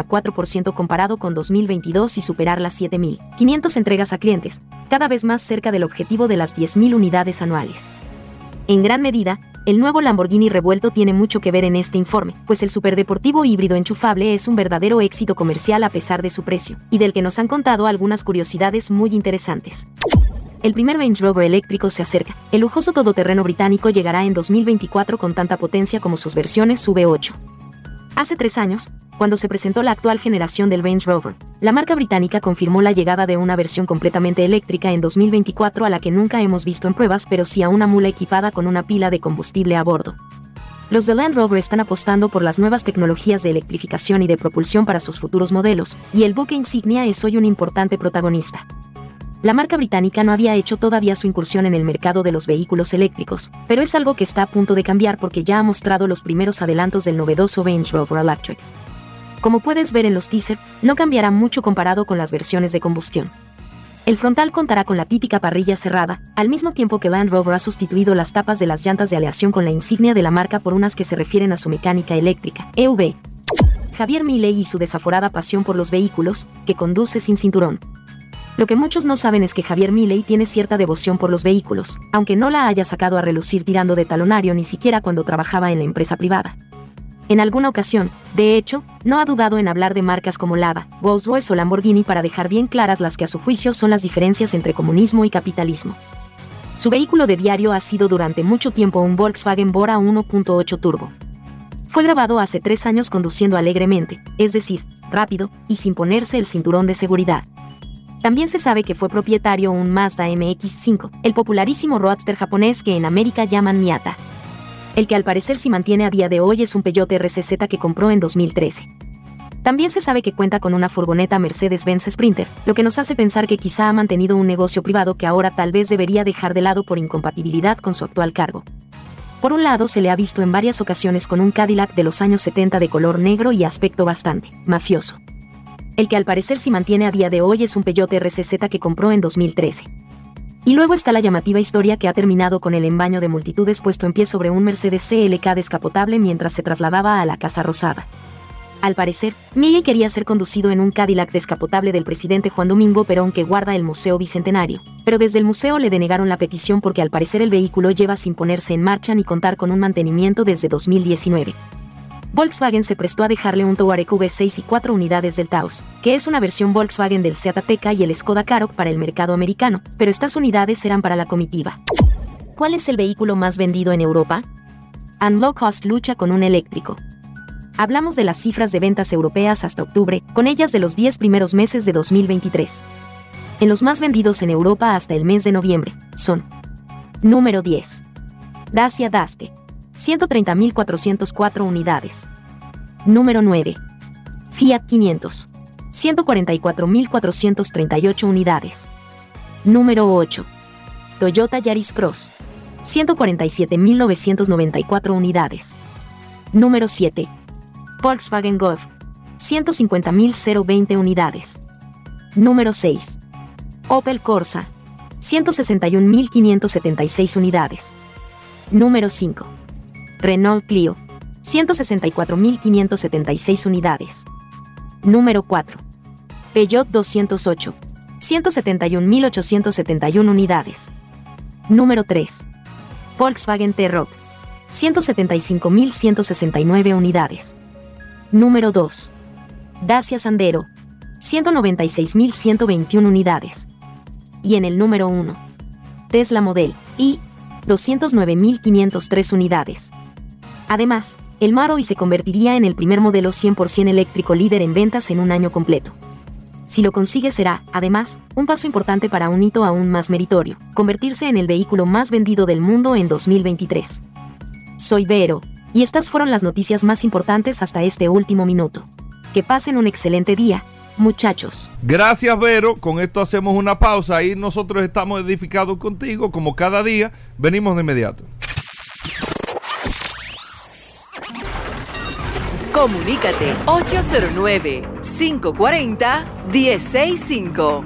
8,4% comparado con 2022 y superar las 7.500 entregas a clientes, cada vez más cerca del objetivo de las 10.000 unidades anuales. En gran medida, el nuevo Lamborghini revuelto tiene mucho que ver en este informe, pues el superdeportivo híbrido enchufable es un verdadero éxito comercial a pesar de su precio, y del que nos han contado algunas curiosidades muy interesantes. El primer Range Rover eléctrico se acerca. El lujoso todoterreno británico llegará en 2024 con tanta potencia como sus versiones V8. Hace 3 años, cuando se presentó la actual generación del Range Rover, la marca británica confirmó la llegada de una versión completamente eléctrica en 2024 a la que nunca hemos visto en pruebas, pero sí a una mula equipada con una pila de combustible a bordo. Los de Land Rover están apostando por las nuevas tecnologías de electrificación y de propulsión para sus futuros modelos, y el buque insignia es hoy un importante protagonista. La marca británica no había hecho todavía su incursión en el mercado de los vehículos eléctricos, pero es algo que está a punto de cambiar porque ya ha mostrado los primeros adelantos del novedoso Range Rover Electric. Como puedes ver en los teasers, no cambiará mucho comparado con las versiones de combustión. El frontal contará con la típica parrilla cerrada, al mismo tiempo que Land Rover ha sustituido las tapas de las llantas de aleación con la insignia de la marca por unas que se refieren a su mecánica eléctrica, EV. Javier Milei y su desaforada pasión por los vehículos, que conduce sin cinturón. Lo que muchos no saben es que Javier Milei tiene cierta devoción por los vehículos, aunque no la haya sacado a relucir tirando de talonario ni siquiera cuando trabajaba en la empresa privada. En alguna ocasión, de hecho, no ha dudado en hablar de marcas como Lada, Rolls-Royce o Lamborghini para dejar bien claras las que a su juicio son las diferencias entre comunismo y capitalismo. Su vehículo de diario ha sido durante mucho tiempo un Volkswagen Bora 1.8 Turbo. Fue grabado hace 3 años conduciendo alegremente, es decir, rápido, y sin ponerse el cinturón de seguridad. También se sabe que fue propietario un Mazda MX-5, el popularísimo roadster japonés que en América llaman Miata. El que al parecer sí mantiene a día de hoy es un Peugeot RCZ que compró en 2013. También se sabe que cuenta con una furgoneta Mercedes-Benz Sprinter, lo que nos hace pensar que quizá ha mantenido un negocio privado que ahora tal vez debería dejar de lado por incompatibilidad con su actual cargo. Por un lado, se le ha visto en varias ocasiones con un Cadillac de los años 70 de color negro y aspecto bastante mafioso. El que al parecer sí mantiene a día de hoy es un Peugeot RCZ que compró en 2013. Y luego está la llamativa historia que ha terminado con el embaño de multitudes puesto en pie sobre un Mercedes CLK descapotable mientras se trasladaba a la Casa Rosada. Al parecer, Miguel quería ser conducido en un Cadillac descapotable del presidente Juan Domingo Perón que guarda el Museo Bicentenario, pero desde el museo le denegaron la petición porque al parecer el vehículo lleva sin ponerse en marcha ni contar con un mantenimiento desde 2019. Volkswagen se prestó a dejarle un Touareg V6 y 4 unidades del Taos, que es una versión Volkswagen del Seat Ateca y el Skoda Karoq para el mercado americano, pero estas unidades eran para la comitiva. ¿Cuál es el vehículo más vendido en Europa? Low Cost lucha con un eléctrico. Hablamos de las cifras de ventas europeas hasta octubre, con ellas de los 10 primeros meses de 2023. En los más vendidos en Europa hasta el mes de noviembre, son: número 10. Dacia Duster, 130.404 unidades. Número 9. Fiat 500, 144.438 unidades. Número 8. Toyota Yaris Cross, 147.994 unidades. Número 7. Volkswagen Golf, 150.020 unidades. Número 6. Opel Corsa, 161.576 unidades. Número 5. Renault Clio, 164.576 unidades. Número 4. Peugeot 208, 171.871 unidades. Número 3. Volkswagen T-Roc, 175.169 unidades. Número 2. Dacia Sandero, 196.121 unidades. Y en el número 1. Tesla Model Y, 209.503 unidades. Además, el Mark se convertiría en el primer modelo 100% eléctrico líder en ventas en un año completo. Si lo consigue será, además, un paso importante para un hito aún más meritorio, convertirse en el vehículo más vendido del mundo en 2023. Soy Vero, y estas fueron las noticias más importantes hasta este último minuto. Que pasen un excelente día, muchachos. Gracias, Vero. Con esto hacemos una pausa. Ahí nosotros estamos edificados contigo, como cada día. Venimos de inmediato. Comunícate 809-540-1065.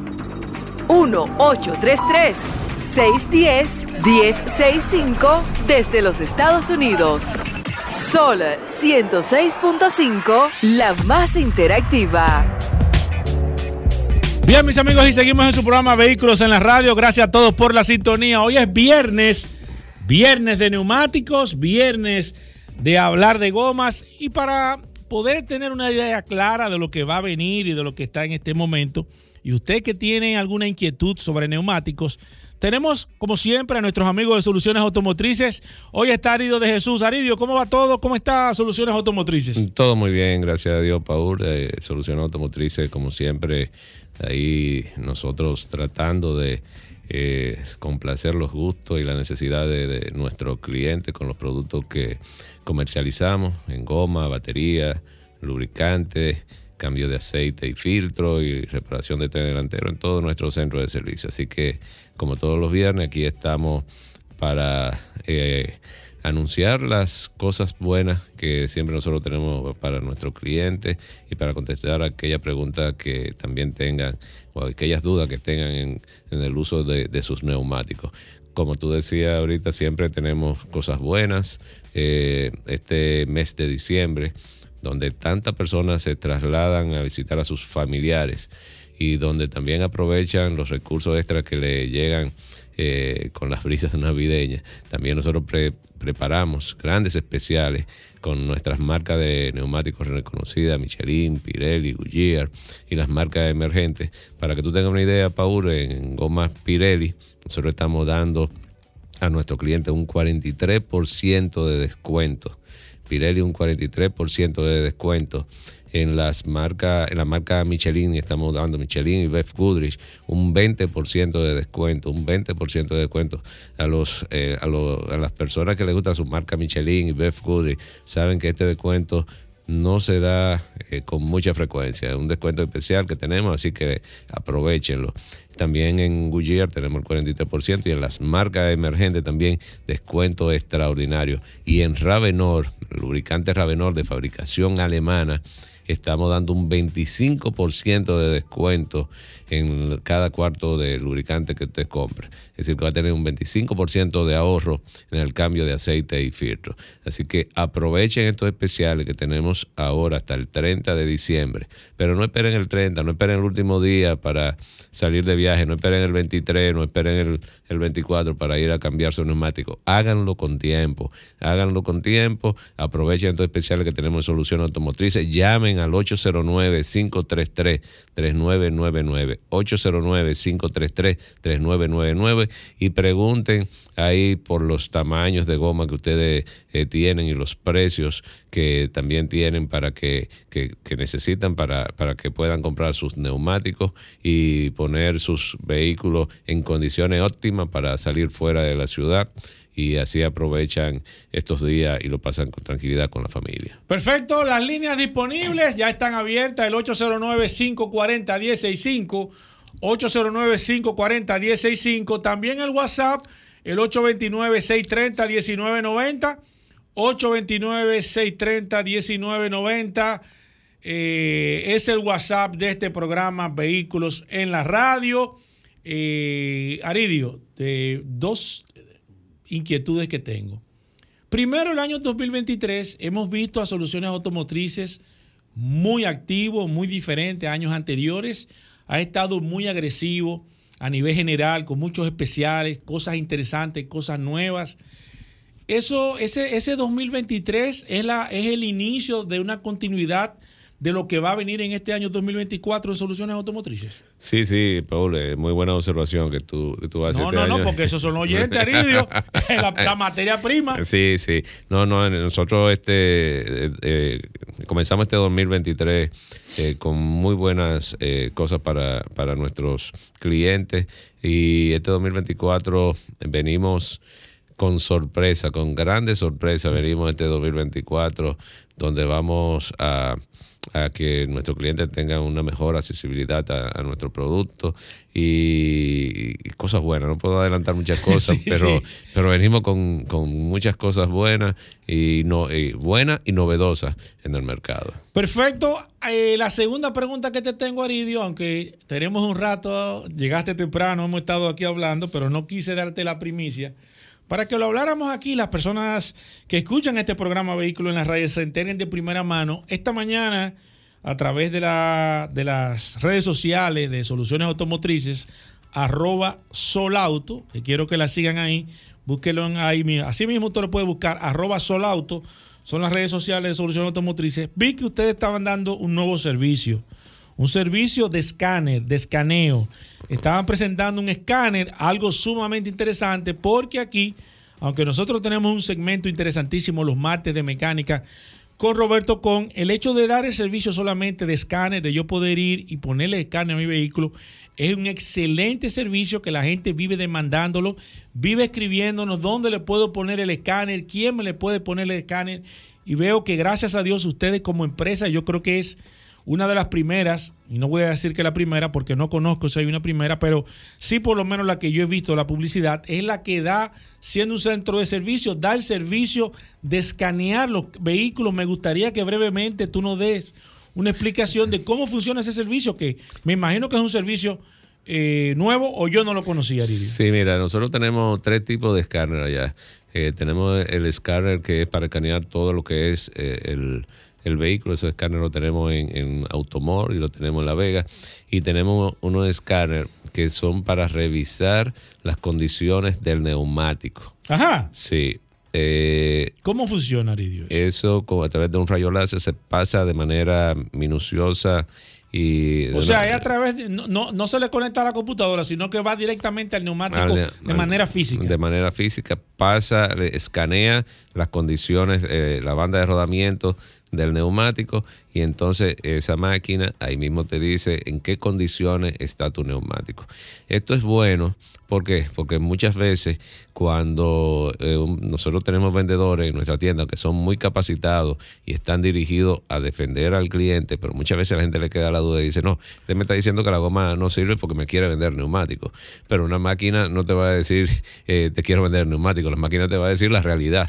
1-833-610-1065 desde los Estados Unidos. Sol 106.5, la más interactiva. Bien, mis amigos, y seguimos en su programa Vehículos en la Radio. Gracias a todos por la sintonía. Hoy es viernes de neumáticos, viernes de hablar de gomas, y para poder tener una idea clara de lo que va a venir y de lo que está en este momento, y usted que tiene alguna inquietud sobre neumáticos, tenemos como siempre a nuestros amigos de Soluciones Automotrices. Hoy está Aridio de Jesús. Aridio, ¿cómo va todo? ¿Cómo está Soluciones Automotrices? Todo muy bien, gracias a Dios, Paul. Soluciones Automotrices, como siempre, ahí nosotros tratando de complacer los gustos y la necesidad de nuestros clientes con los productos que comercializamos en goma, batería, lubricantes, cambio de aceite y filtro y reparación de tren delantero en todo nuestro centro de servicio. Así que, como todos los viernes, aquí estamos para anunciar las cosas buenas que siempre nosotros tenemos para nuestros clientes y para contestar aquellas preguntas que también tengan o aquellas dudas que tengan en el uso de sus neumáticos. Como tú decías ahorita, siempre tenemos cosas buenas. Este mes de diciembre, donde tantas personas se trasladan a visitar a sus familiares y donde también aprovechan los recursos extras que le llegan con las brisas navideñas. También nosotros preparamos grandes especiales con nuestras marcas de neumáticos reconocidas, Michelin, Pirelli, Goodyear y las marcas emergentes. Para que tú tengas una idea, Paul, en gomas Pirelli, nosotros estamos dando a nuestros clientes un 43% de descuento Pirelli un 43% de descuento. En la marca Michelin, estamos dando Michelin y Beth Goodrich un 20% de descuento, a las personas que les gusta su marca Michelin y Beth Goodrich, saben que este descuento no se da con mucha frecuencia, es un descuento especial que tenemos, así que aprovechenlo. También en Goodyear tenemos el 43% y en las marcas emergentes también descuento extraordinario. Y en Ravenor, el lubricante Ravenor de fabricación alemana, estamos dando un 25% de descuento en cada cuarto de lubricante que usted compre. Es decir, que va a tener un 25% de ahorro en el cambio de aceite y filtro. Así que aprovechen estos especiales que tenemos ahora hasta el 30 de diciembre. Pero no esperen el 30, no esperen el último día para salir de viaje, no esperen el 23, no esperen el 24 para ir a cambiar su neumático. Háganlo con tiempo, aprovechen estos especiales que tenemos en Soluciones Automotrices. Llamen al 809-533-3999, 809-533-3999 y pregunten ahí por los tamaños de goma que ustedes tienen y los precios que también tienen para que necesitan para que puedan comprar sus neumáticos y poner sus vehículos en condiciones óptimas para salir fuera de la ciudad. Y así aprovechan estos días y lo pasan con tranquilidad con la familia. Perfecto, las líneas disponibles ya están abiertas, el 809-540-1065, 809-540-1065, también el WhatsApp, el 829-630-1990, 829-630-1990, es el WhatsApp de este programa Vehículos en la Radio. Aridio, dos inquietudes que tengo. Primero, el año 2023 hemos visto a Soluciones Automotrices muy activo, muy diferente a años anteriores. Ha estado muy agresivo a nivel general, con muchos especiales, cosas interesantes, cosas nuevas. Ese 2023 es el inicio de una continuidad de lo que va a venir en este año 2024 en Soluciones Automotrices. Sí, Paul, muy buena observación que tú haces. No, porque esos son oyentes, Aridio, la materia prima. Sí. Nosotros comenzamos este 2023 con muy buenas cosas para nuestros clientes, y este 2024 venimos con sorpresa, con grandes sorpresas. Venimos este 2024 donde vamos a que nuestros clientes tengan una mejor accesibilidad a nuestro producto y cosas buenas. No puedo adelantar muchas cosas, pero venimos con muchas cosas buenas y novedosas en el mercado. Perfecto. La segunda pregunta que te tengo, Aridio, aunque tenemos un rato, llegaste temprano, hemos estado aquí hablando, pero no quise darte la primicia. Para que lo habláramos aquí, las personas que escuchan este programa Vehículos en la Radio se enteren de primera mano. Esta mañana, a través de las redes sociales de Soluciones Automotrices, @Solauto, que quiero que la sigan ahí, búsquenlo ahí. Así mismo usted lo puede buscar, @Solauto, son las redes sociales de Soluciones Automotrices. Vi que ustedes estaban dando un nuevo servicio, un servicio de escáner, de escaneo. Estaban presentando un escáner, algo sumamente interesante, porque aquí, aunque nosotros tenemos un segmento interesantísimo los martes de mecánica con Roberto Con, el hecho de dar el servicio solamente de escáner, de yo poder ir y ponerle escáner a mi vehículo, es un excelente servicio que la gente vive demandándolo, vive escribiéndonos dónde le puedo poner el escáner, quién me le puede poner el escáner, y veo que gracias a Dios ustedes como empresa, yo creo que es una de las primeras, y no voy a decir que la primera porque no conozco si hay una primera, pero sí por lo menos la que yo he visto, la publicidad, es la que da, siendo un centro de servicio, da el servicio de escanear los vehículos. Me gustaría que brevemente tú nos des una explicación de cómo funciona ese servicio, que me imagino que es un servicio nuevo, o yo no lo conocía, Aridio. Sí, mira, nosotros tenemos 3 tipos de escáner allá. Tenemos el escáner que es para escanear todo lo que es el vehículo. Ese escáner lo tenemos en Automor y lo tenemos en La Vega, y tenemos unos escáner que son para revisar las condiciones del neumático. Ajá. Sí. ¿Cómo funciona, Aridio? Eso a través de un rayo láser se pasa de manera minuciosa O sea, es a través de, no se le conecta a la computadora, sino que va directamente al neumático de manera física. De manera física, pasa, escanea las condiciones, la banda de rodamiento del neumático, y entonces esa máquina ahí mismo te dice en qué condiciones está tu neumático. Esto es bueno, ¿por qué? Porque muchas veces cuando nosotros tenemos vendedores en nuestra tienda que son muy capacitados y están dirigidos a defender al cliente, pero muchas veces a la gente le queda la duda y dice, no, usted me está diciendo que la goma no sirve porque me quiere vender neumáticos, pero una máquina no te va a decir te quiero vender neumáticos, la máquina te va a decir la realidad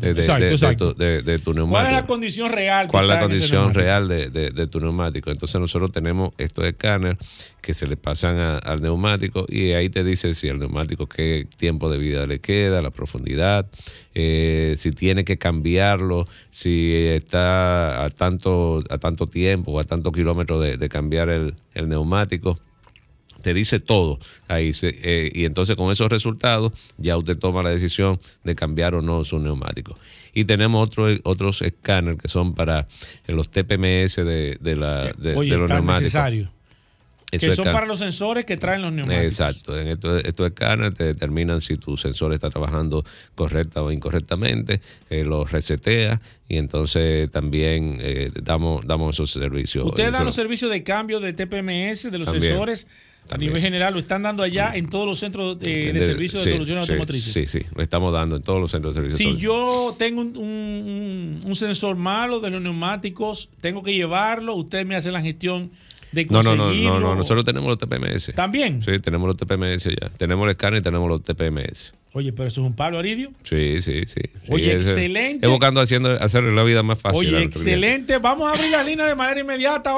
de tu neumático. ¿Cuál es la condición real? ¿Cuál es la condición real de tu neumático? Entonces nosotros tenemos estos escáneres que se le pasan al neumático, y ahí te dice si el neumático qué tiempo de vida le queda, la profundidad, si tiene que cambiarlo, si está a tanto tiempo o a tantos kilómetros de cambiar el neumático. Te dice todo ahí, y entonces con esos resultados ya usted toma la decisión de cambiar o no su neumático. Y tenemos otros escáneres que son para los TPMS de los neumáticos. Necesario. Que son para los sensores que traen los neumáticos. Exacto. En estos escáneres te determinan si tu sensor está trabajando correcta o incorrectamente, los resetea, y entonces también damos esos servicios. ¿Ustedes dan los servicios de cambio de TPMS, de los sensores? A nivel general, ¿lo están dando allá en todos los centros de servicio de soluciones automotrices? Sí, lo estamos dando en todos los centros de servicio. Si yo tengo un sensor malo de los neumáticos, tengo que llevarlo, ustedes me hacen la gestión de conseguirlo. No, nosotros tenemos los TPMS. ¿También? Sí, tenemos los TPMS ya. Tenemos el escáner y tenemos los TPMS. Oye, pero eso es un palo, Aridio. Sí. Oye, excelente. Evocando hacerle la vida más fácil. Oye, excelente. Vamos a abrir la línea de manera inmediata,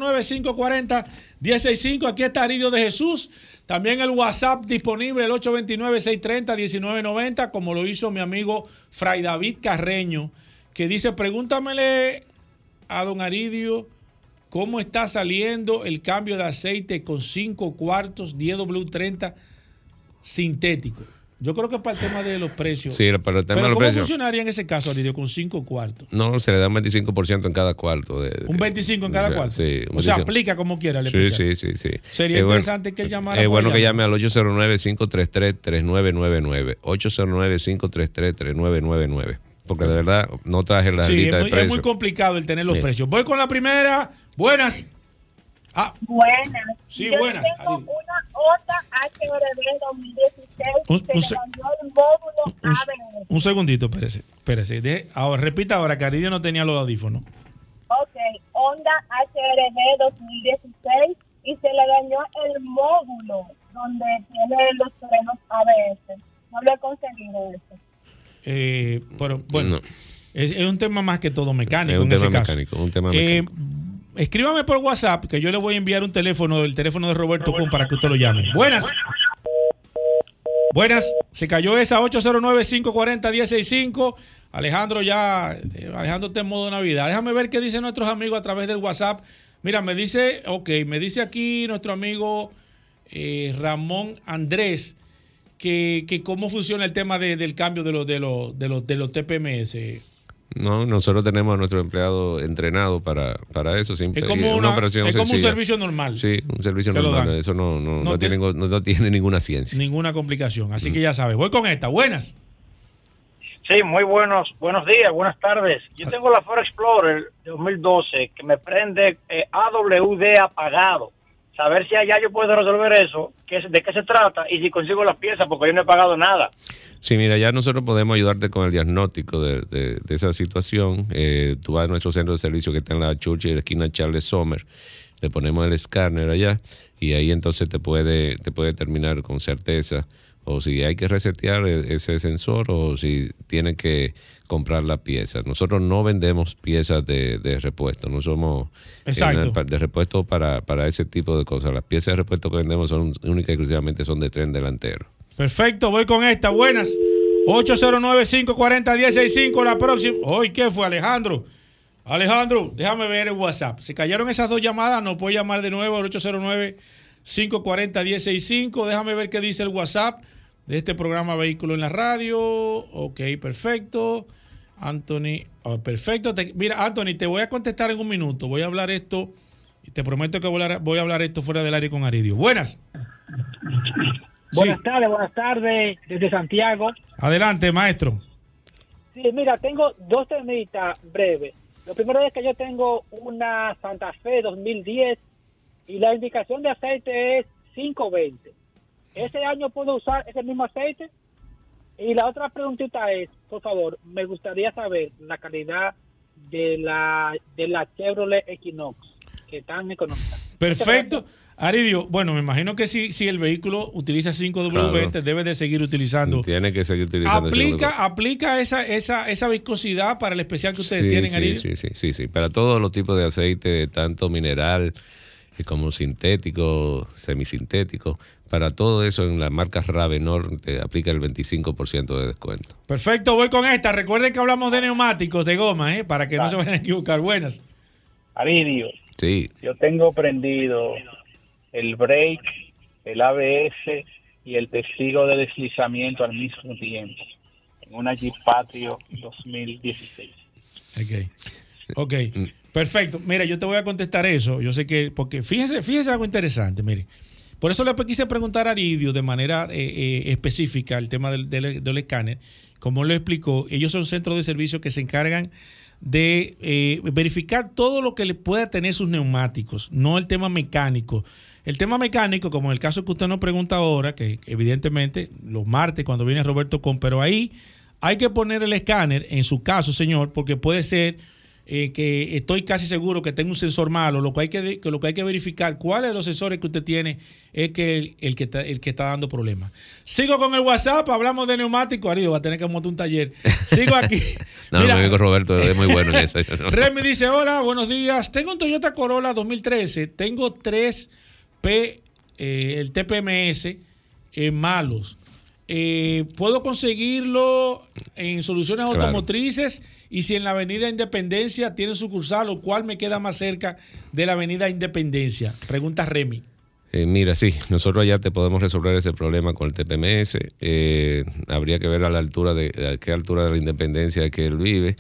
809-540-165. Aquí está Aridio de Jesús. También el WhatsApp disponible, el 829-630-1990, como lo hizo mi amigo Fray David Carreño, que dice, pregúntamele a don Aridio cómo está saliendo el cambio de aceite con 5 cuartos 10W30 sintético. Yo creo que para el tema de los precios. Sí, para el tema de los ¿cómo precios funcionaría en ese caso, Aridio, con 5 cuartos? No, se le da un 25% en cada cuarto. ¿Un 25 en cada cuarto? Sí. O sea, aplica como quiera el especial. Sí. Sería interesante que él llamara. Es bueno que llame al 809-533-3999. 809-533-3999. Porque de verdad no traje la lista de precios. Es muy complicado el tener los precios. Voy con la primera. Buenas. Buenas. Sí, yo buenas. Tengo una Honda HRB 2016 se cambió el módulo ABS. Un segundito, espérese. Ahora, repita ahora, que Aridio no tenía los audífonos. Ok, Honda HRB 2016 y se le dañó el módulo donde tiene los frenos ABS. No lo he conseguido eso. Pero bueno, no. es un tema más que todo mecánico. Es un en tema ese mecánico, caso. un tema mecánico. Escríbame por WhatsApp, que yo le voy a enviar el teléfono de Roberto Kun para que usted lo llame. Buenas. Se cayó esa 809-540-165. Alejandro está en modo Navidad. Déjame ver qué dicen nuestros amigos a través del WhatsApp. Mira, me dice aquí nuestro amigo Ramón Andrés que cómo funciona el tema del cambio de los TPMS. No, nosotros tenemos a nuestro empleado entrenado para eso. Simple. Es como una operación es como sencilla. un servicio normal. Sí, un servicio normal. Eso no tiene ninguna ciencia. Ninguna complicación. Así que ya sabes. Voy con esta. Buenas. Sí, muy buenos días, buenas tardes. Yo tengo la Ford Explorer de 2012 que me prende AWD apagado. Saber si allá yo puedo resolver eso, de qué se trata y si consigo las piezas, porque yo no he pagado nada. Sí, mira, ya nosotros podemos ayudarte con el diagnóstico de esa situación. Tú vas a nuestro centro de servicio que está en la Churchill, en la esquina Charles Sommer, le ponemos el escáner allá y ahí entonces te puede determinar con certeza o si hay que resetear ese sensor o si tiene que comprar la pieza. Nosotros no vendemos piezas de repuesto, no somos de repuesto para ese tipo de cosas. Las piezas de repuesto que vendemos son únicas y exclusivamente son de tren delantero. Perfecto, voy con esta. Buenas. 809-540-165, la próxima. Hoy, ¿qué fue, Alejandro? Alejandro, déjame ver el WhatsApp. Se cayeron esas dos llamadas, no puedo llamar de nuevo al 809-540-165. Déjame ver qué dice el WhatsApp de este programa Vehículo en la Radio. Ok, perfecto. Anthony, perfecto. Mira, Anthony, te voy a contestar en un minuto. Voy a hablar esto Te prometo que voy a hablar esto fuera del aire con Aridio. Buenas. Buenas tardes, desde Santiago. Adelante, maestro. Sí, mira, tengo dos temitas breves. Lo primero es que yo tengo una Santa Fe 2010 y la indicación de aceite es 520. ¿Ese año puedo usar ese mismo aceite? Y la otra preguntita es, por favor, me gustaría saber la calidad de la Chevrolet Equinox, que tan económica. Perfecto. Aridio, bueno, me imagino que si el vehículo utiliza 5W20, claro, debe de seguir utilizando. Tiene que seguir utilizando. ¿Aplica esa viscosidad para el especial que ustedes tienen, Aridio? Sí. Para todos los tipos de aceite, tanto mineral como sintético, semisintético, para todo eso en la marca Ravenor te aplica el 25% de descuento. Perfecto, voy con esta. Recuerden que hablamos de neumáticos, de goma, para que no se vayan a equivocar. Buenas. Aridio. Sí. Yo tengo prendido el brake, el ABS y el testigo de deslizamiento al mismo tiempo en una Jeep Patrio 2016. Ok. Perfecto. Mira, yo te voy a contestar eso. Yo sé que, porque fíjese algo interesante, mire. Por eso le quise preguntar a Aridio de manera específica el tema del escáner. Como lo explicó, ellos son centros de servicio que se encargan de verificar todo lo que le pueda tener sus neumáticos, no el tema mecánico. El tema mecánico, como en el caso que usted nos pregunta ahora, que evidentemente los martes cuando viene Roberto Con, pero ahí hay que poner el escáner, en su caso, señor, porque puede ser que estoy casi seguro que tengo un sensor malo. Lo que hay que verificar, cuáles de los sensores que usted tiene es que el que está dando problemas. Sigo con el WhatsApp, hablamos de neumáticos. Aridio va a tener que montar un taller. Sigo aquí. No, mi amigo Roberto es muy bueno en eso. Remy dice, hola, buenos días. Tengo un Toyota Corolla 2013. Tengo 3P, el TPMS, malos. ¿Puedo conseguirlo en Soluciones Automotrices? Y si en la Avenida Independencia tiene sucursal, ¿o cuál me queda más cerca de la Avenida Independencia? Pregunta Remy. Mira, sí, nosotros allá te podemos resolver ese problema con el TPMS. Habría que ver a qué altura de la Independencia es que él vive.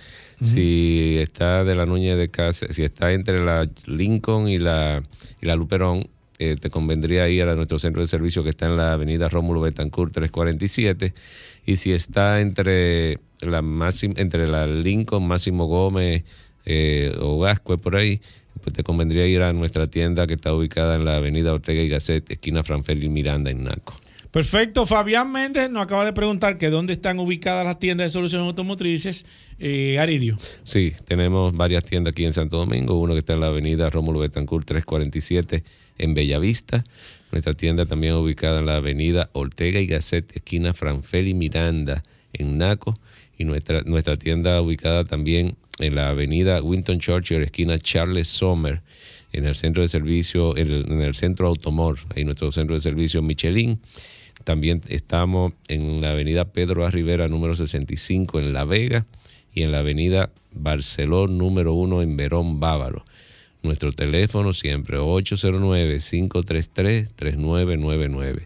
Si está de la Núñez de Cáceres, si está entre la Lincoln y la Luperón, te convendría ir a nuestro centro de servicio que está en la avenida Rómulo Betancourt 347, y si está entre la Lincoln, Máximo Gómez o Gascue, por ahí, pues te convendría ir a nuestra tienda que está ubicada en la avenida Ortega y Gasset, esquina Franfel y Miranda, en Naco. Perfecto. Fabián Méndez nos acaba de preguntar que dónde están ubicadas las tiendas de Soluciones Automotrices. Aridio. Sí, tenemos varias tiendas aquí en Santo Domingo, uno que está en la avenida Rómulo Betancourt 347 en Bellavista. Nuestra tienda también ubicada en la avenida Ortega y Gasset, esquina Franfel y Miranda, en Naco. Y nuestra tienda ubicada también en la avenida Winton Churchill, esquina Charles Sommer, en el centro de servicio, en el centro Automor, ahí nuestro centro de servicio Michelin. También estamos en la avenida Pedro A. Rivera, número 65, en La Vega, y en la avenida Barceló, número 1, en Verón Bávaro. Nuestro teléfono siempre 809-533-3999.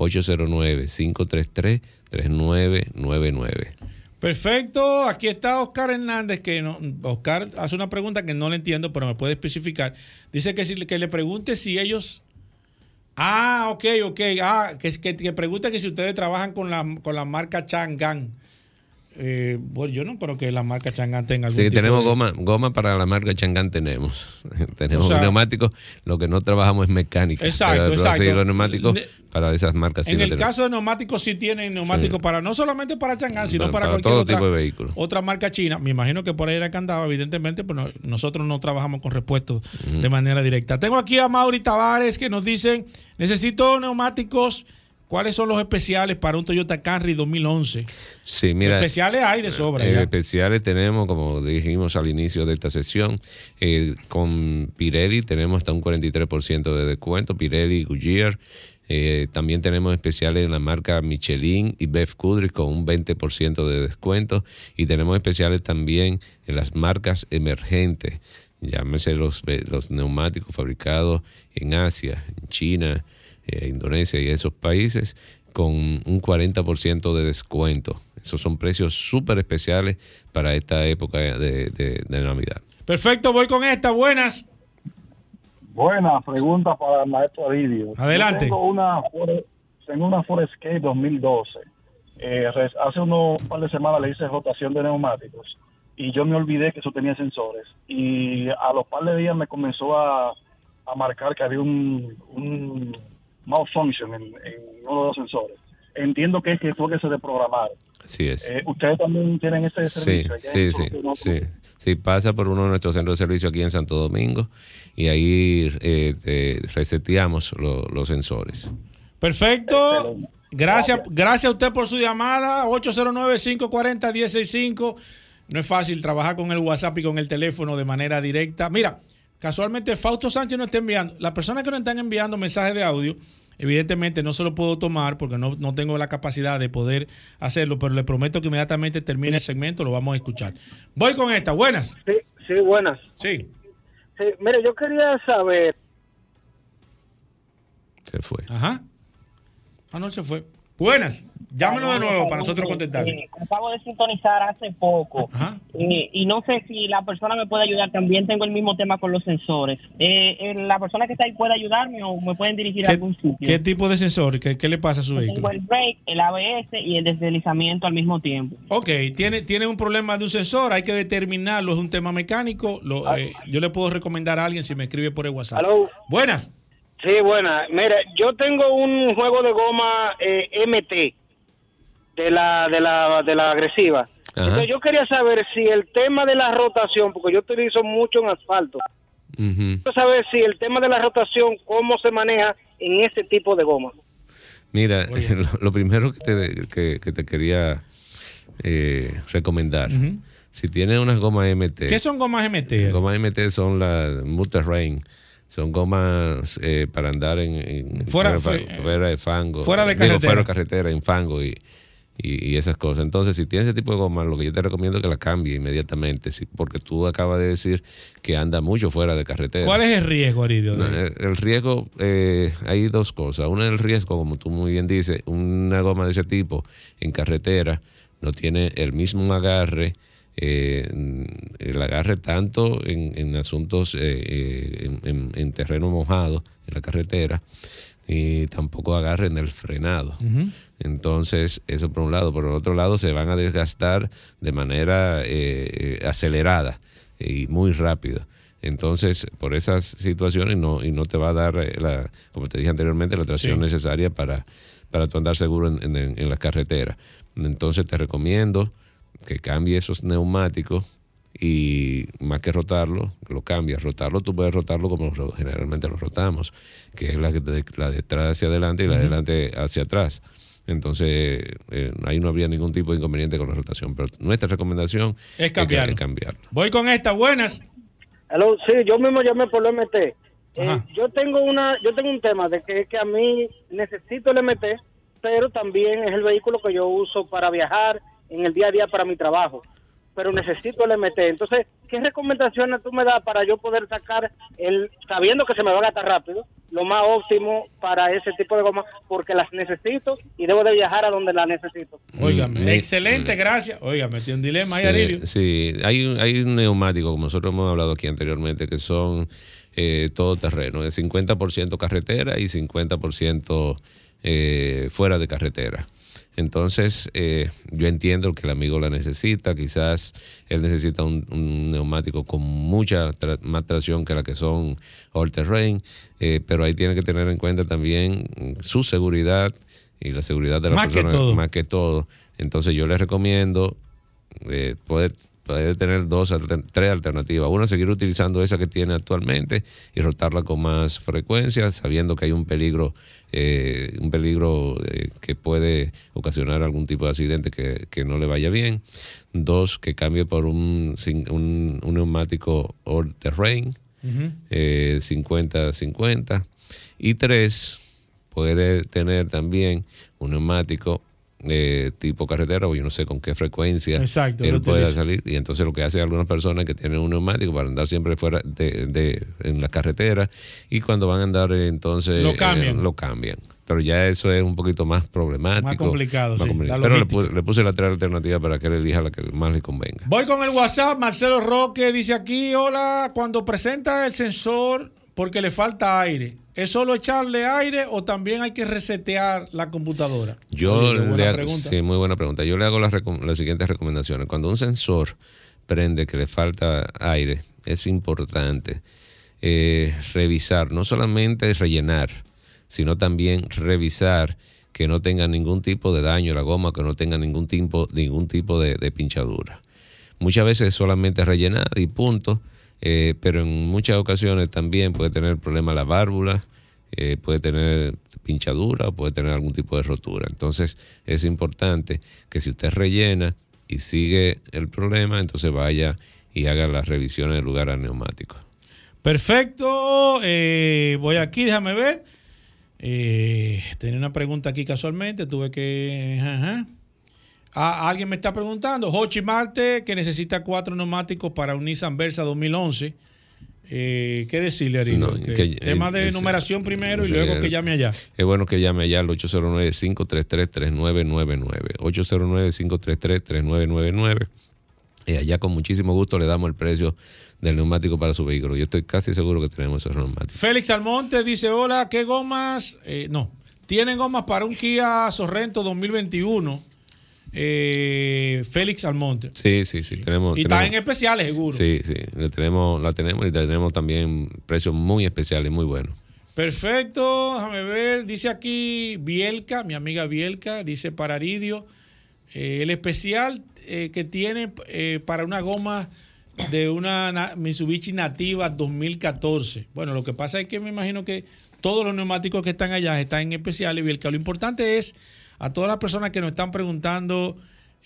809-533-3999. Perfecto. Aquí está Oscar Hernández, Oscar hace una pregunta que no le entiendo, pero me puede especificar. Dice que le pregunte si ellos... ok. Que pregunta que si ustedes trabajan con la marca Chang'an. Bueno, yo no creo que la marca Chang'an tenga algún tipo tenemos goma para la marca Chang'an tenemos neumáticos. Lo que no trabajamos es mecánica. Exacto. Sí, los neumáticos para esas marcas. En el caso de neumáticos sí tienen neumáticos para no solamente para Chang'an, sino para cualquier todo tipo de vehículo. Otra marca china. Me imagino que por ahí era que andaba, evidentemente, pero nosotros no trabajamos con repuestos de manera directa. Tengo aquí a Mauri Tavares que nos dicen, necesito neumáticos. ¿Cuáles son los especiales para un Toyota Camry 2011? Sí, mira, especiales hay de sobra. Especiales tenemos, como dijimos al inicio de esta sesión, con Pirelli tenemos hasta un 43% de descuento, Pirelli, Goodyear. También tenemos especiales en la marca Michelin y Bev Kudry con un 20% de descuento. Y tenemos especiales también en las marcas emergentes, llámese los neumáticos fabricados en Asia, en China, Indonesia y esos países, con un 40% de descuento. Esos son precios súper especiales para esta época de Navidad. Perfecto, voy con esta. Buenas. Buena pregunta para el maestro Aridio. Adelante. Yo tengo una Forescape 2012. Hace un par de semanas le hice rotación de neumáticos y yo me olvidé que eso tenía sensores. Y a los par de días me comenzó a marcar que había un malfunction en uno de los sensores. Entiendo que fue que se desprogramaron. Así es. ¿Ustedes también tienen ese servicio? Sí, pasa por uno de nuestros centros de servicio aquí en Santo Domingo y ahí reseteamos los sensores. Perfecto. Gracias a usted por su llamada. 809-540-165. No es fácil trabajar con el WhatsApp y con el teléfono de manera directa. Mira, casualmente Fausto Sánchez nos está enviando. Las personas que nos están enviando mensajes de audio, evidentemente no se lo puedo tomar porque no tengo la capacidad de poder hacerlo, pero le prometo que inmediatamente termine el segmento lo vamos a escuchar. Voy con esta. Buenas. Sí, buenas. Sí. Mire, yo quería saber. Se fue. Ajá. No se fue. Buenas. Llámenos de nuevo para nosotros contestar. Acabo de sintonizar hace poco y no sé si la persona me puede ayudar. También tengo el mismo tema con los sensores. ¿La persona que está ahí puede ayudarme o me pueden dirigir a algún sitio? ¿Qué tipo de sensor? ¿Qué le pasa a su vehículo? Tengo el brake, el ABS y el deslizamiento al mismo tiempo. Ok, tiene un problema de un sensor, hay que determinarlo, es un tema mecánico. Yo le puedo recomendar a alguien si me escribe por el WhatsApp. ¿Aló? Buenas. Sí, buenas. Mira, yo tengo un juego de goma MT de la agresiva. Entonces, yo quería saber si el tema de la rotación, porque yo utilizo mucho en asfalto, quiero saber si el tema de la rotación, cómo se maneja en ese tipo de goma. Mira, lo primero que te quería recomendar, si tienes unas gomas MT. ¿Qué son gomas MT? Gomas MT son las multi-terrain. Son gomas para andar fuera de fango. Fuera de carretera. Fuera de carretera, en fango y esas cosas. Entonces, si tienes ese tipo de gomas, lo que yo te recomiendo es que la cambie inmediatamente, porque tú acabas de decir que anda mucho fuera de carretera. ¿Cuál es el riesgo, Aridio? El riesgo, hay dos cosas. Una es el riesgo, como tú muy bien dices, una goma de ese tipo en carretera no tiene el mismo agarre, el agarre tanto en asuntos en terreno mojado en la carretera y tampoco agarre en el frenado. Entonces eso por un lado. Por el otro lado se van a desgastar de manera acelerada y muy rápida. Entonces por esas situaciones y no te va a dar como te dije anteriormente, la tracción necesaria para tu andar seguro en las carreteras. Entonces te recomiendo que cambie esos neumáticos y más que rotarlo, lo cambias. Rotarlo, tú puedes rotarlo como generalmente lo rotamos, que es la de atrás hacia adelante y la de adelante hacia atrás. Entonces, ahí no habría ningún tipo de inconveniente con la rotación, pero nuestra recomendación es cambiarlo. Voy con esta. Buenas. Hello, sí, yo mismo llamé por el MT. Yo tengo un tema de que a mí necesito el MT, pero también es el vehículo que yo uso para viajar en el día a día para mi trabajo, pero necesito el MT. Entonces, ¿qué recomendaciones tú me das para yo poder sacar sabiendo que se me va a gastar rápido, lo más óptimo para ese tipo de goma, porque las necesito y debo de viajar a donde las necesito? Óigame, excelente, gracias. Oiga, metí un dilema ahí, Aridio. Sí, hay un neumático, como nosotros hemos hablado aquí anteriormente, que son todo terreno, de 50% carretera y 50% fuera de carretera. Entonces, yo entiendo que el amigo la necesita, quizás él necesita un neumático con mucha más tracción que la que son all terrain, pero ahí tiene que tener en cuenta también su seguridad y la seguridad de la persona más que todo. Entonces, yo les recomiendo poder tener 3 alternativas. Una, seguir utilizando esa que tiene actualmente y rotarla con más frecuencia, sabiendo que hay un peligro que puede ocasionar algún tipo de accidente que no le vaya bien. 2, que cambie por un neumático all terrain, 50-50. Y 3, puede tener también un neumático tipo carretera, o yo no sé con qué frecuencia él pueda salir, y entonces lo que hacen algunas personas que tienen un neumático para andar siempre fuera en la carretera, y cuando van a andar entonces lo cambian, pero ya eso es un poquito más problemático, más complicado, pero le puse la 3 alternativas para que él elija la que más le convenga. Voy con el WhatsApp. Marcelo Roque dice aquí: hola, cuando presenta el sensor porque le falta aire. ¿Es solo echarle aire o también hay que resetear la computadora? Sí, muy buena pregunta. Yo le hago las siguientes recomendaciones. Cuando un sensor prende que le falta aire, es importante revisar, no solamente rellenar, sino también revisar que no tenga ningún tipo de daño la goma, que no tenga ningún tipo de pinchadura. Muchas veces es solamente rellenar y punto, pero en muchas ocasiones también puede tener problema la válvula, puede tener pinchadura o puede tener algún tipo de rotura. Entonces es importante que si usted rellena y sigue el problema, entonces vaya y haga las revisiones del lugar al neumático. Perfecto. Voy aquí, déjame ver. Tenía una pregunta aquí casualmente, tuve que... alguien me está preguntando, Jochi Marte, que necesita 4 neumáticos para un Nissan Versa 2011. ¿Qué decirle, Ariel? Tema de numeración primero y luego que llame allá. Es bueno que llame allá al 809-533-3999. 809-533-3999. Allá con muchísimo gusto le damos el precio del neumático para su vehículo. Yo estoy casi seguro que tenemos esos neumáticos. Félix Almonte dice, hola, ¿qué gomas? Tienen gomas para un Kia Sorrento 2021. Félix Almonte. Sí. Tenemos, están en especiales, seguro. Sí. La tenemos y tenemos también precios muy especiales, muy buenos. Perfecto, déjame ver. Dice aquí Bielka, mi amiga Bielka, dice para Aridio, el especial que tiene para una goma de una Mitsubishi Nativa 2014. Bueno, lo que pasa es que me imagino que todos los neumáticos que están allá están en especial. Y lo importante es, a todas las personas que nos están preguntando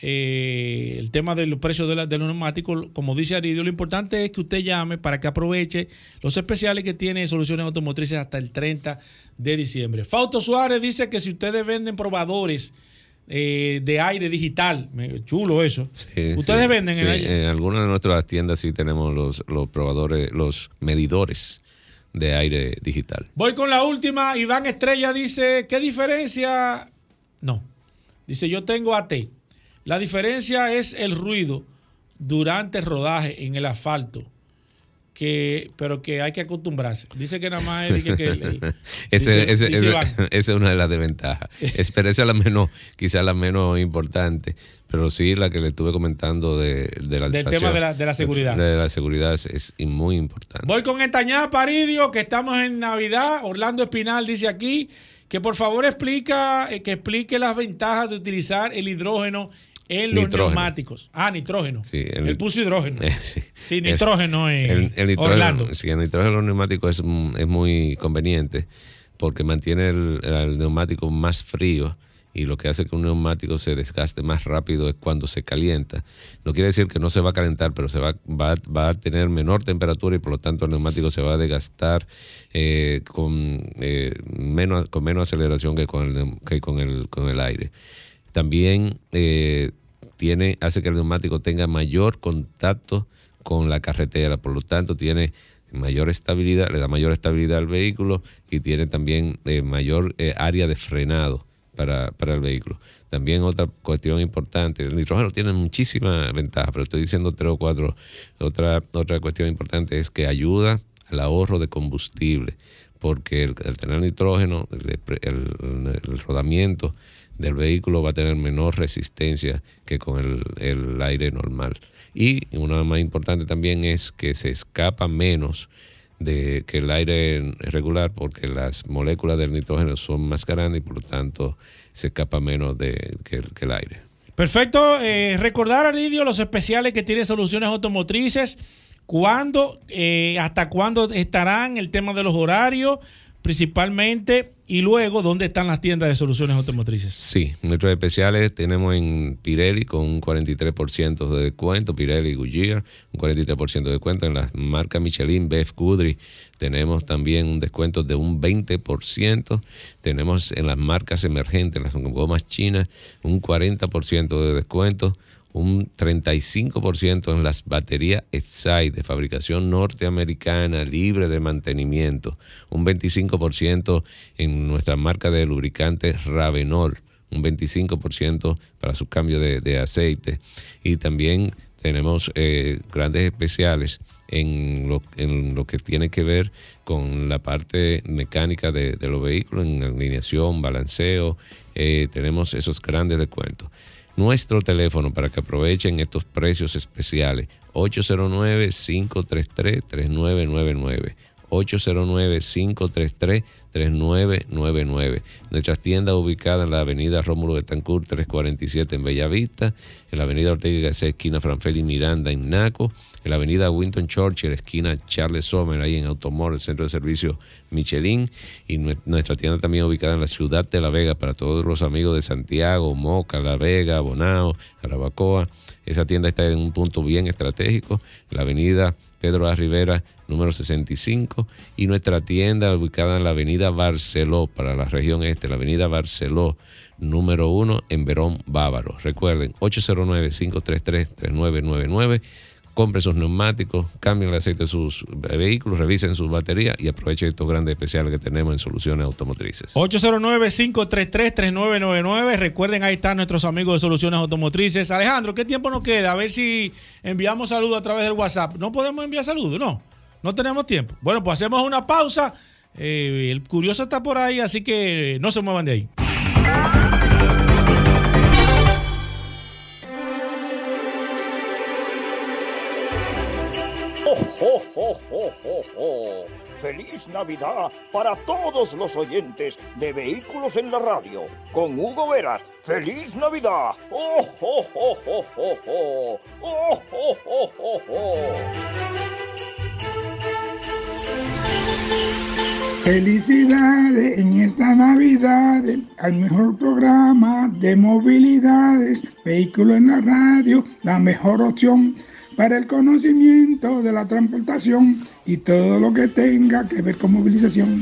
el tema de los precios de los neumáticos, como dice Aridio, lo importante es que usted llame para que aproveche los especiales que tiene Soluciones Automotrices hasta el 30 de diciembre. Fausto Suárez dice que si ustedes venden probadores de aire digital, chulo eso. Sí, ¿Ustedes venden en en algunas de nuestras tiendas sí tenemos los probadores, los medidores de aire digital. Voy con la última. Iván Estrella dice, ¿qué diferencia? No. Dice, yo tengo AT. La diferencia es el ruido durante el rodaje en el asfalto. Pero que hay que acostumbrarse. Dice que nada más es esa es una de las desventajas. Pero esa es quizás la menos importante, pero sí la que le estuve comentando del tema de la seguridad. De la seguridad es muy importante. Voy con Estañá Paridio, que estamos en Navidad. Orlando Espinal dice aquí que por favor explique las ventajas de utilizar el hidrógeno en los neumáticos. Nitrógeno. Sí, él puso hidrógeno. Sí, nitrógeno. El nitrógeno, Orlando. Sí, el nitrógeno en los neumáticos es muy conveniente porque mantiene el neumático más frío, y lo que hace que un neumático se desgaste más rápido es cuando se calienta. No quiere decir que no se va a calentar, pero va a tener menor temperatura y por lo tanto el neumático se va a desgastar con menos aceleración que con el aire. También hace que el neumático tenga mayor contacto con la carretera, por lo tanto tiene mayor estabilidad, le da mayor estabilidad al vehículo y tiene también mayor área de frenado para el vehículo. También otra cuestión importante, el nitrógeno tiene muchísimas ventajas, pero estoy diciendo 3 o 4. Otra cuestión importante es que ayuda al ahorro de combustible, porque el tener nitrógeno, el rodamiento del vehículo va a tener menor resistencia que con el aire normal. Y una más importante también es que se escapa menos que el aire regular, porque las moléculas del nitrógeno son más grandes y por lo tanto se escapa menos que el aire. Perfecto. Recordar, Aridio, los especiales que tiene Soluciones Automotrices. ¿Hasta cuándo estarán? El tema de los horarios principalmente, y luego dónde están las tiendas de Soluciones Automotrices. Sí, nuestros especiales tenemos en Pirelli con un 43% de descuento, Pirelli y Goodyear, un 43% de descuento. En las marcas Michelin, BF Goodrich tenemos también un descuento de un 20%. Tenemos en las marcas emergentes, las gomas chinas, un 40% de descuento. Un 35% en las baterías Exide de fabricación norteamericana, libre de mantenimiento. Un 25% en nuestra marca de lubricantes Ravenol. Un 25% para su cambio de aceite. Y también tenemos grandes especiales en lo que tiene que ver con la parte mecánica de los vehículos, en alineación, balanceo. Tenemos esos grandes descuentos. Nuestro teléfono para que aprovechen estos precios especiales, 809-533-3999. 809-533-3999. Nuestras tiendas ubicadas en la avenida Rómulo Betancourt 347 en Bellavista, en la avenida Ortega y Gasset, esquina Franfeli Miranda en Naco, en la avenida Winston Churchill, esquina Charles Sommer, ahí en Automor, el centro de servicio Michelin, y nuestra tienda también ubicada en la ciudad de La Vega para todos los amigos de Santiago, Moca, La Vega, Bonao, Jarabacoa. Esa tienda está en un punto bien estratégico, en la avenida Pedro A. Rivera, número 65, y nuestra tienda ubicada en la avenida Barceló, para la región este, la avenida Barceló, número 1, en Verón Bávaro. Recuerden, 809-533-3999. Compren sus neumáticos, cambien el aceite de sus vehículos, revisen sus baterías y aprovechen estos grandes especiales que tenemos en Soluciones Automotrices. 809-533-3999. Recuerden, ahí están nuestros amigos de Soluciones Automotrices. Alejandro, ¿qué tiempo nos queda? A ver si enviamos saludos a través del WhatsApp. ¿No podemos enviar saludos? No tenemos tiempo. Bueno, pues hacemos una pausa. El curioso está por ahí, así que no se muevan de ahí. ¡Oh, oh, oh, oh, oh! ¡Feliz Navidad para todos los oyentes de Vehículos en la Radio! Con Hugo Veras, ¡feliz Navidad! ¡Oh, oh, oh, oh, oh, oh! ¡Oh, oh, oh, oh, oh! Felicidades en esta Navidad al mejor programa de movilidades, Vehículos en la Radio, la mejor opción para el conocimiento de la transportación y todo lo que tenga que ver con movilización.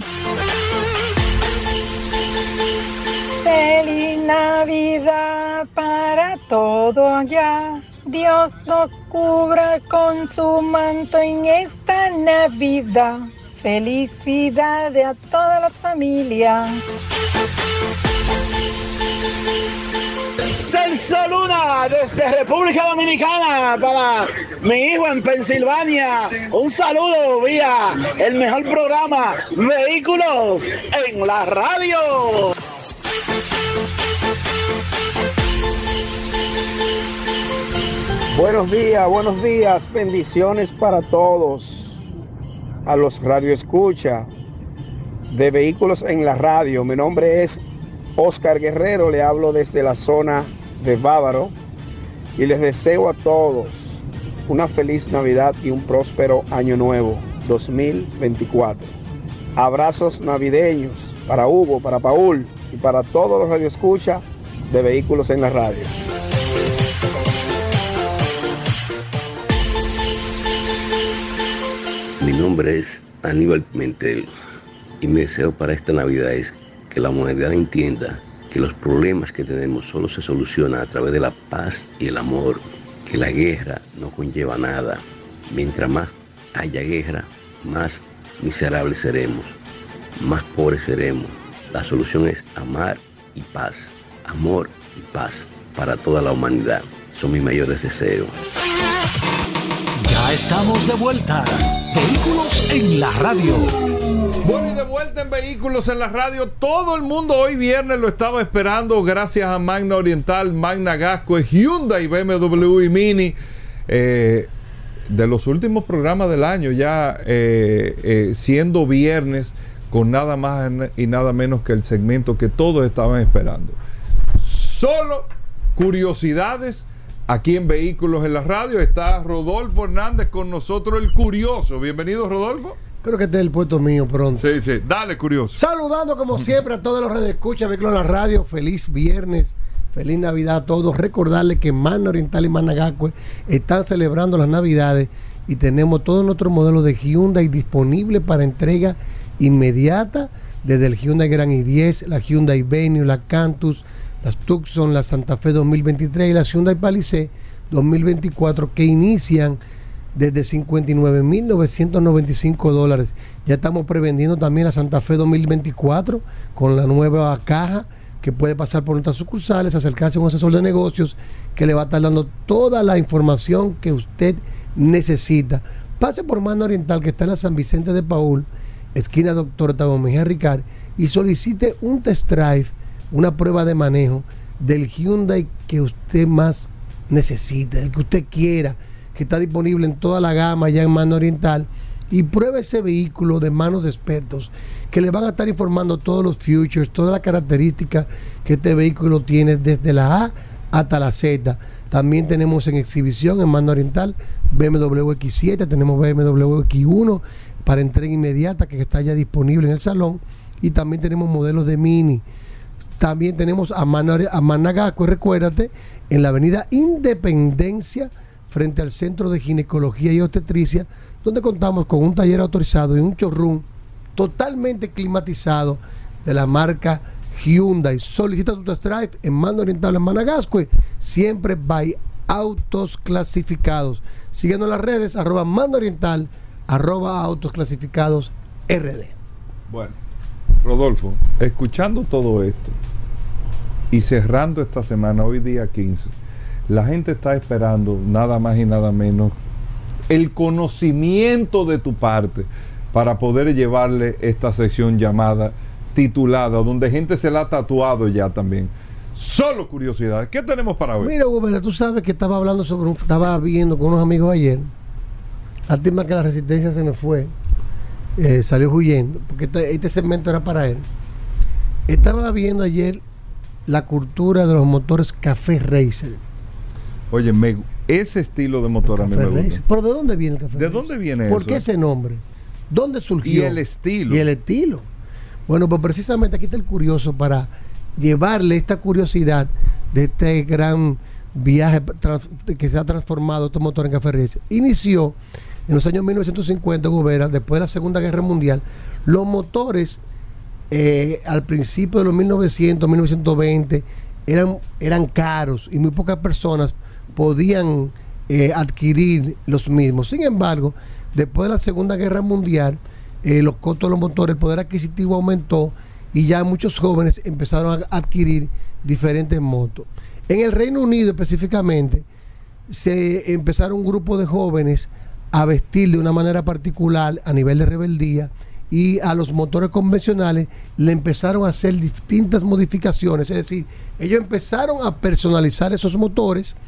Feliz Navidad para todo allá. Dios nos cubra con su manto en esta Navidad. Felicidades a toda la familia. Celso Luna desde República Dominicana para mi hijo en Pensilvania. Un saludo vía el mejor programa Vehículos en la Radio. Buenos días, bendiciones para todos. A los radioescucha de Vehículos en la Radio. Mi nombre es Oscar Guerrero, le hablo desde la zona de Bávaro y les deseo a todos una feliz Navidad y un próspero año nuevo 2024. Abrazos navideños para Hugo, para Paul y para todos los radioescuchas de Vehículos en la Radio. Mi nombre es Aníbal Pimentel y mi deseo para esta Navidad es que la humanidad entienda que los problemas que tenemos solo se solucionan a través de la paz y el amor, que la guerra no conlleva nada. Mientras más haya guerra, más miserables seremos, más pobres seremos. La solución es amar y paz, amor y paz para toda la humanidad. Son mis mayores deseos. Ya estamos de vuelta. Vehículos en la Radio. Bueno, y de vuelta en Vehículos en la Radio. Todo el mundo hoy viernes lo estaba esperando gracias a Magna Oriental, Magna Gasco, Hyundai, BMW y Mini. De los últimos programas del año ya siendo viernes con nada más y nada menos que el segmento que todos estaban esperando. Solo curiosidades. Aquí en Vehículos en la Radio está Rodolfo Hernández con nosotros, el curioso. Bienvenido, Rodolfo. Creo que este es el puesto mío pronto. Sí, sí. Dale, curioso. Saludando como siempre a todos los radioescuchas, Vehículos en la Radio. Feliz viernes, feliz Navidad a todos. Recordarles que Magna Oriental y Magna Gasco están celebrando las Navidades y tenemos todos nuestros modelos de Hyundai disponibles para entrega inmediata, desde el Hyundai Grand i10, la Hyundai Venue, la Cantus, las Tucson, la Santa Fe 2023 y la Hyundai Palisade 2024, que inician desde $59,995. Ya estamos prevendiendo también la Santa Fe 2024 con la nueva caja, que puede pasar por nuestras sucursales, acercarse a un asesor de negocios que le va a estar dando toda la información que usted necesita pase por Mano Oriental, que está en la San Vicente de Paúl, esquina Doctor Octavio Mejía Ricard, y solicite un test drive, una prueba de manejo del Hyundai que usted más necesite, el que usted quiera, que está disponible en toda la gama ya en Mano Oriental, y pruebe ese vehículo de manos de expertos que le van a estar informando todos los features, todas las características que este vehículo tiene desde la A hasta la Z. También tenemos en exhibición en Mano Oriental BMW X7, tenemos BMW X1 para entrega inmediata que está ya disponible en el salón, y también tenemos modelos de Mini. También tenemos a Managasco, recuérdate, en la avenida Independencia, frente al Centro de Ginecología y Obstetricia, donde contamos con un taller autorizado y un showroom totalmente climatizado de la marca Hyundai. Solicita tu test drive en Mano Oriental en Managasco, siempre by Autos Clasificados. Síguenos en las redes, @Mano Oriental, @Autos Clasificados RD. Bueno, Rodolfo, escuchando todo esto y cerrando esta semana, hoy día 15, la gente está esperando nada más y nada menos el conocimiento de tu parte para poder llevarle esta sección titulada, donde gente se la ha tatuado ya también. Solo curiosidad. ¿Qué tenemos para hoy? Mira, Hugo, tú sabes que estaba viendo con unos amigos ayer. Lástima que la Resistencia se me fue. Salió huyendo, porque este segmento era para él. Estaba viendo ayer la cultura de los motores Café Racer. Oye, ese estilo de motor a mí me gusta. ¿Pero de dónde viene el Café Racer? ¿De dónde viene ¿Por eso? qué ese nombre? ¿Dónde surgió? Y el estilo. Y el estilo. Bueno, pues precisamente aquí está el curioso para llevarle esta curiosidad de este gran viaje que se ha transformado este motor en Café Racer. Inició en los años 1950, Gobera, después de la Segunda Guerra Mundial. Los motores al principio de los 1920 eran caros y muy pocas personas podían adquirir los mismos. Sin embargo, después de la Segunda Guerra Mundial, los costos de los motores, el poder adquisitivo aumentó y ya muchos jóvenes empezaron a adquirir diferentes motos. En el Reino Unido específicamente, se empezaron un grupo de jóvenes a vestir de una manera particular a nivel de rebeldía, y a los motores convencionales le empezaron a hacer distintas modificaciones. Es decir, ellos empezaron a personalizar esos motores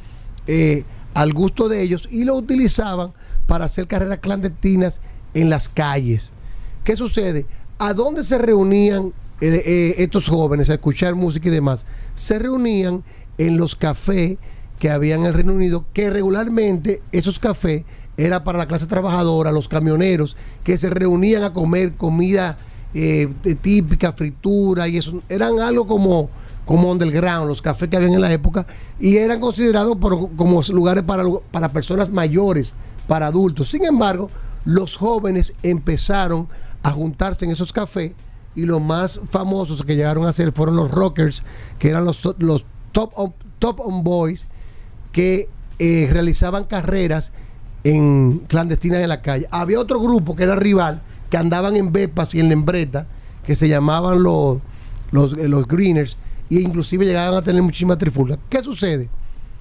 al gusto de ellos y lo utilizaban para hacer carreras clandestinas en las calles. ¿Qué sucede? ¿A dónde se reunían estos jóvenes a escuchar música y demás? Se reunían en los cafés que había en el Reino Unido, que regularmente esos cafés era para la clase trabajadora, los camioneros, que se reunían a comer comida típica, fritura, y eso. Eran algo como underground, los cafés que habían en la época, y eran considerados como lugares para personas mayores, para adultos. Sin embargo, los jóvenes empezaron a juntarse en esos cafés, y los más famosos que llegaron a ser fueron los rockers, que eran los top on boys, que realizaban carreras en clandestinas en la calle. Había otro grupo que era rival, que andaban en Bepas y en Lembreta, que se llamaban los Greeners, e inclusive llegaban a tener muchísimas trifulcas. ¿Qué sucede?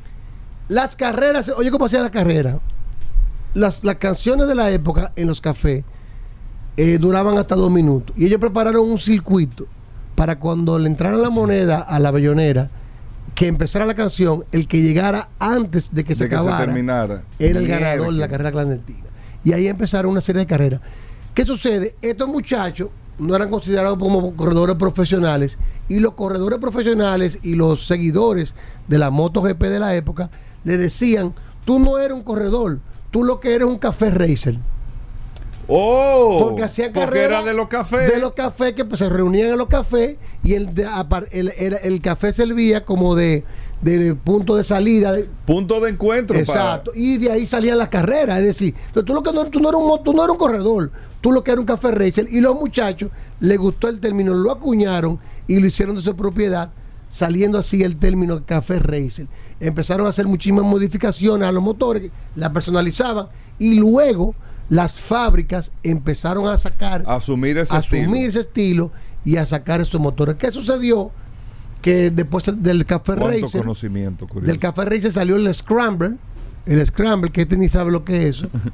Las carreras, oye, ¿cómo hacía la carrera? Las canciones de la época en los cafés duraban hasta 2 minutos, y ellos prepararon un circuito para cuando le entrara la moneda a la bellonera, que empezara la canción, el que llegara antes de que se acabara, terminara, era el ganador de la carrera clandestina. Y ahí empezaron una serie de carreras. ¿Qué sucede? Estos muchachos no eran considerados como corredores profesionales, y los corredores profesionales y los seguidores de la MotoGP de la época le decían: tú no eres un corredor, tú lo que eres un Café Racer. Porque hacían carreras, era de los cafés. De los cafés que pues, se reunían en los cafés, y el café servía como de punto de salida. Punto de encuentro. Exacto. Y de ahí salían las carreras. Es decir, tú no eres un corredor, tú lo que eres un Café Racer. Y los muchachos les gustó el término, lo acuñaron y lo hicieron de su propiedad, saliendo así el término Café Racer. Empezaron a hacer muchísimas modificaciones a los motores, las personalizaban, y luego las fábricas empezaron a asumir ese estilo y a sacar esos motores. ¿Qué sucedió? Que después del Café Racer, conocimiento curioso. Del Café Racer salió el Scramble, que este ni sabe lo que es eso.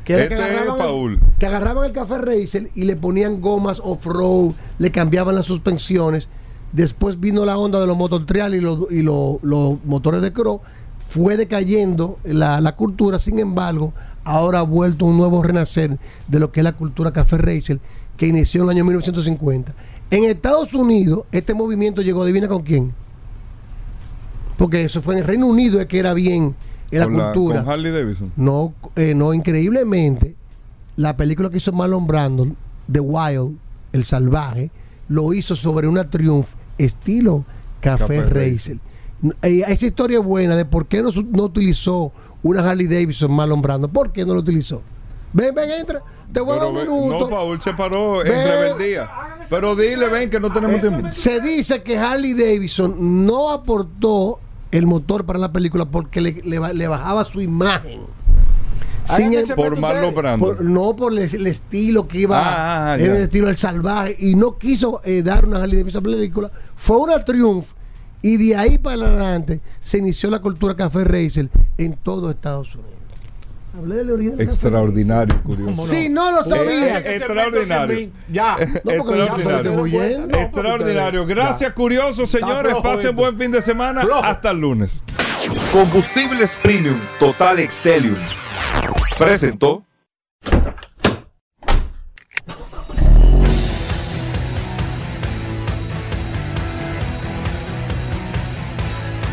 Que era que agarraban el Café Racer y le ponían gomas off-road, le cambiaban las suspensiones. Después vino la onda de los mototrial y los motores de cross. Fue decayendo la cultura, sin embargo, ahora ha vuelto un nuevo renacer de lo que es la cultura Café Racer, que inició en el año 1950. En Estados Unidos, este movimiento llegó, adivina con quién. Porque eso fue en el Reino Unido, es que era bien en la cultura. ¿Con Harley Davidson? No, increíblemente, la película que hizo Marlon Brando, The Wild, El Salvaje, lo hizo sobre una Triumph estilo Café Racer. Esa historia es buena de por qué no utilizó una Harley Davidson Marlon Brando. ¿Por qué no lo utilizó? Ven, entra. Te voy a dar un minuto. No, Paul se paró en rebeldía. Pero dile, ven, que no tenemos tiempo. Se dice que Harley Davidson no aportó el motor para la película porque le bajaba su imagen. Por Marlon Brando. No por el estilo que iba. Era el estilo del salvaje. Y no quiso dar una Harley Davidson a la película. Fue una Triumph. Y de ahí para adelante se inició la cultura Café Racer en todo Estados Unidos. Hablé del origen. Extraordinario, curioso. Si no lo sabías. Extraordinario. Ya. Extraordinario. Gracias, curioso, señores. Pasen buen fin de semana. Hasta el lunes. Combustibles Premium Total Excelium presentó.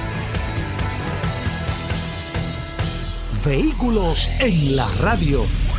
Vehículos en la radio.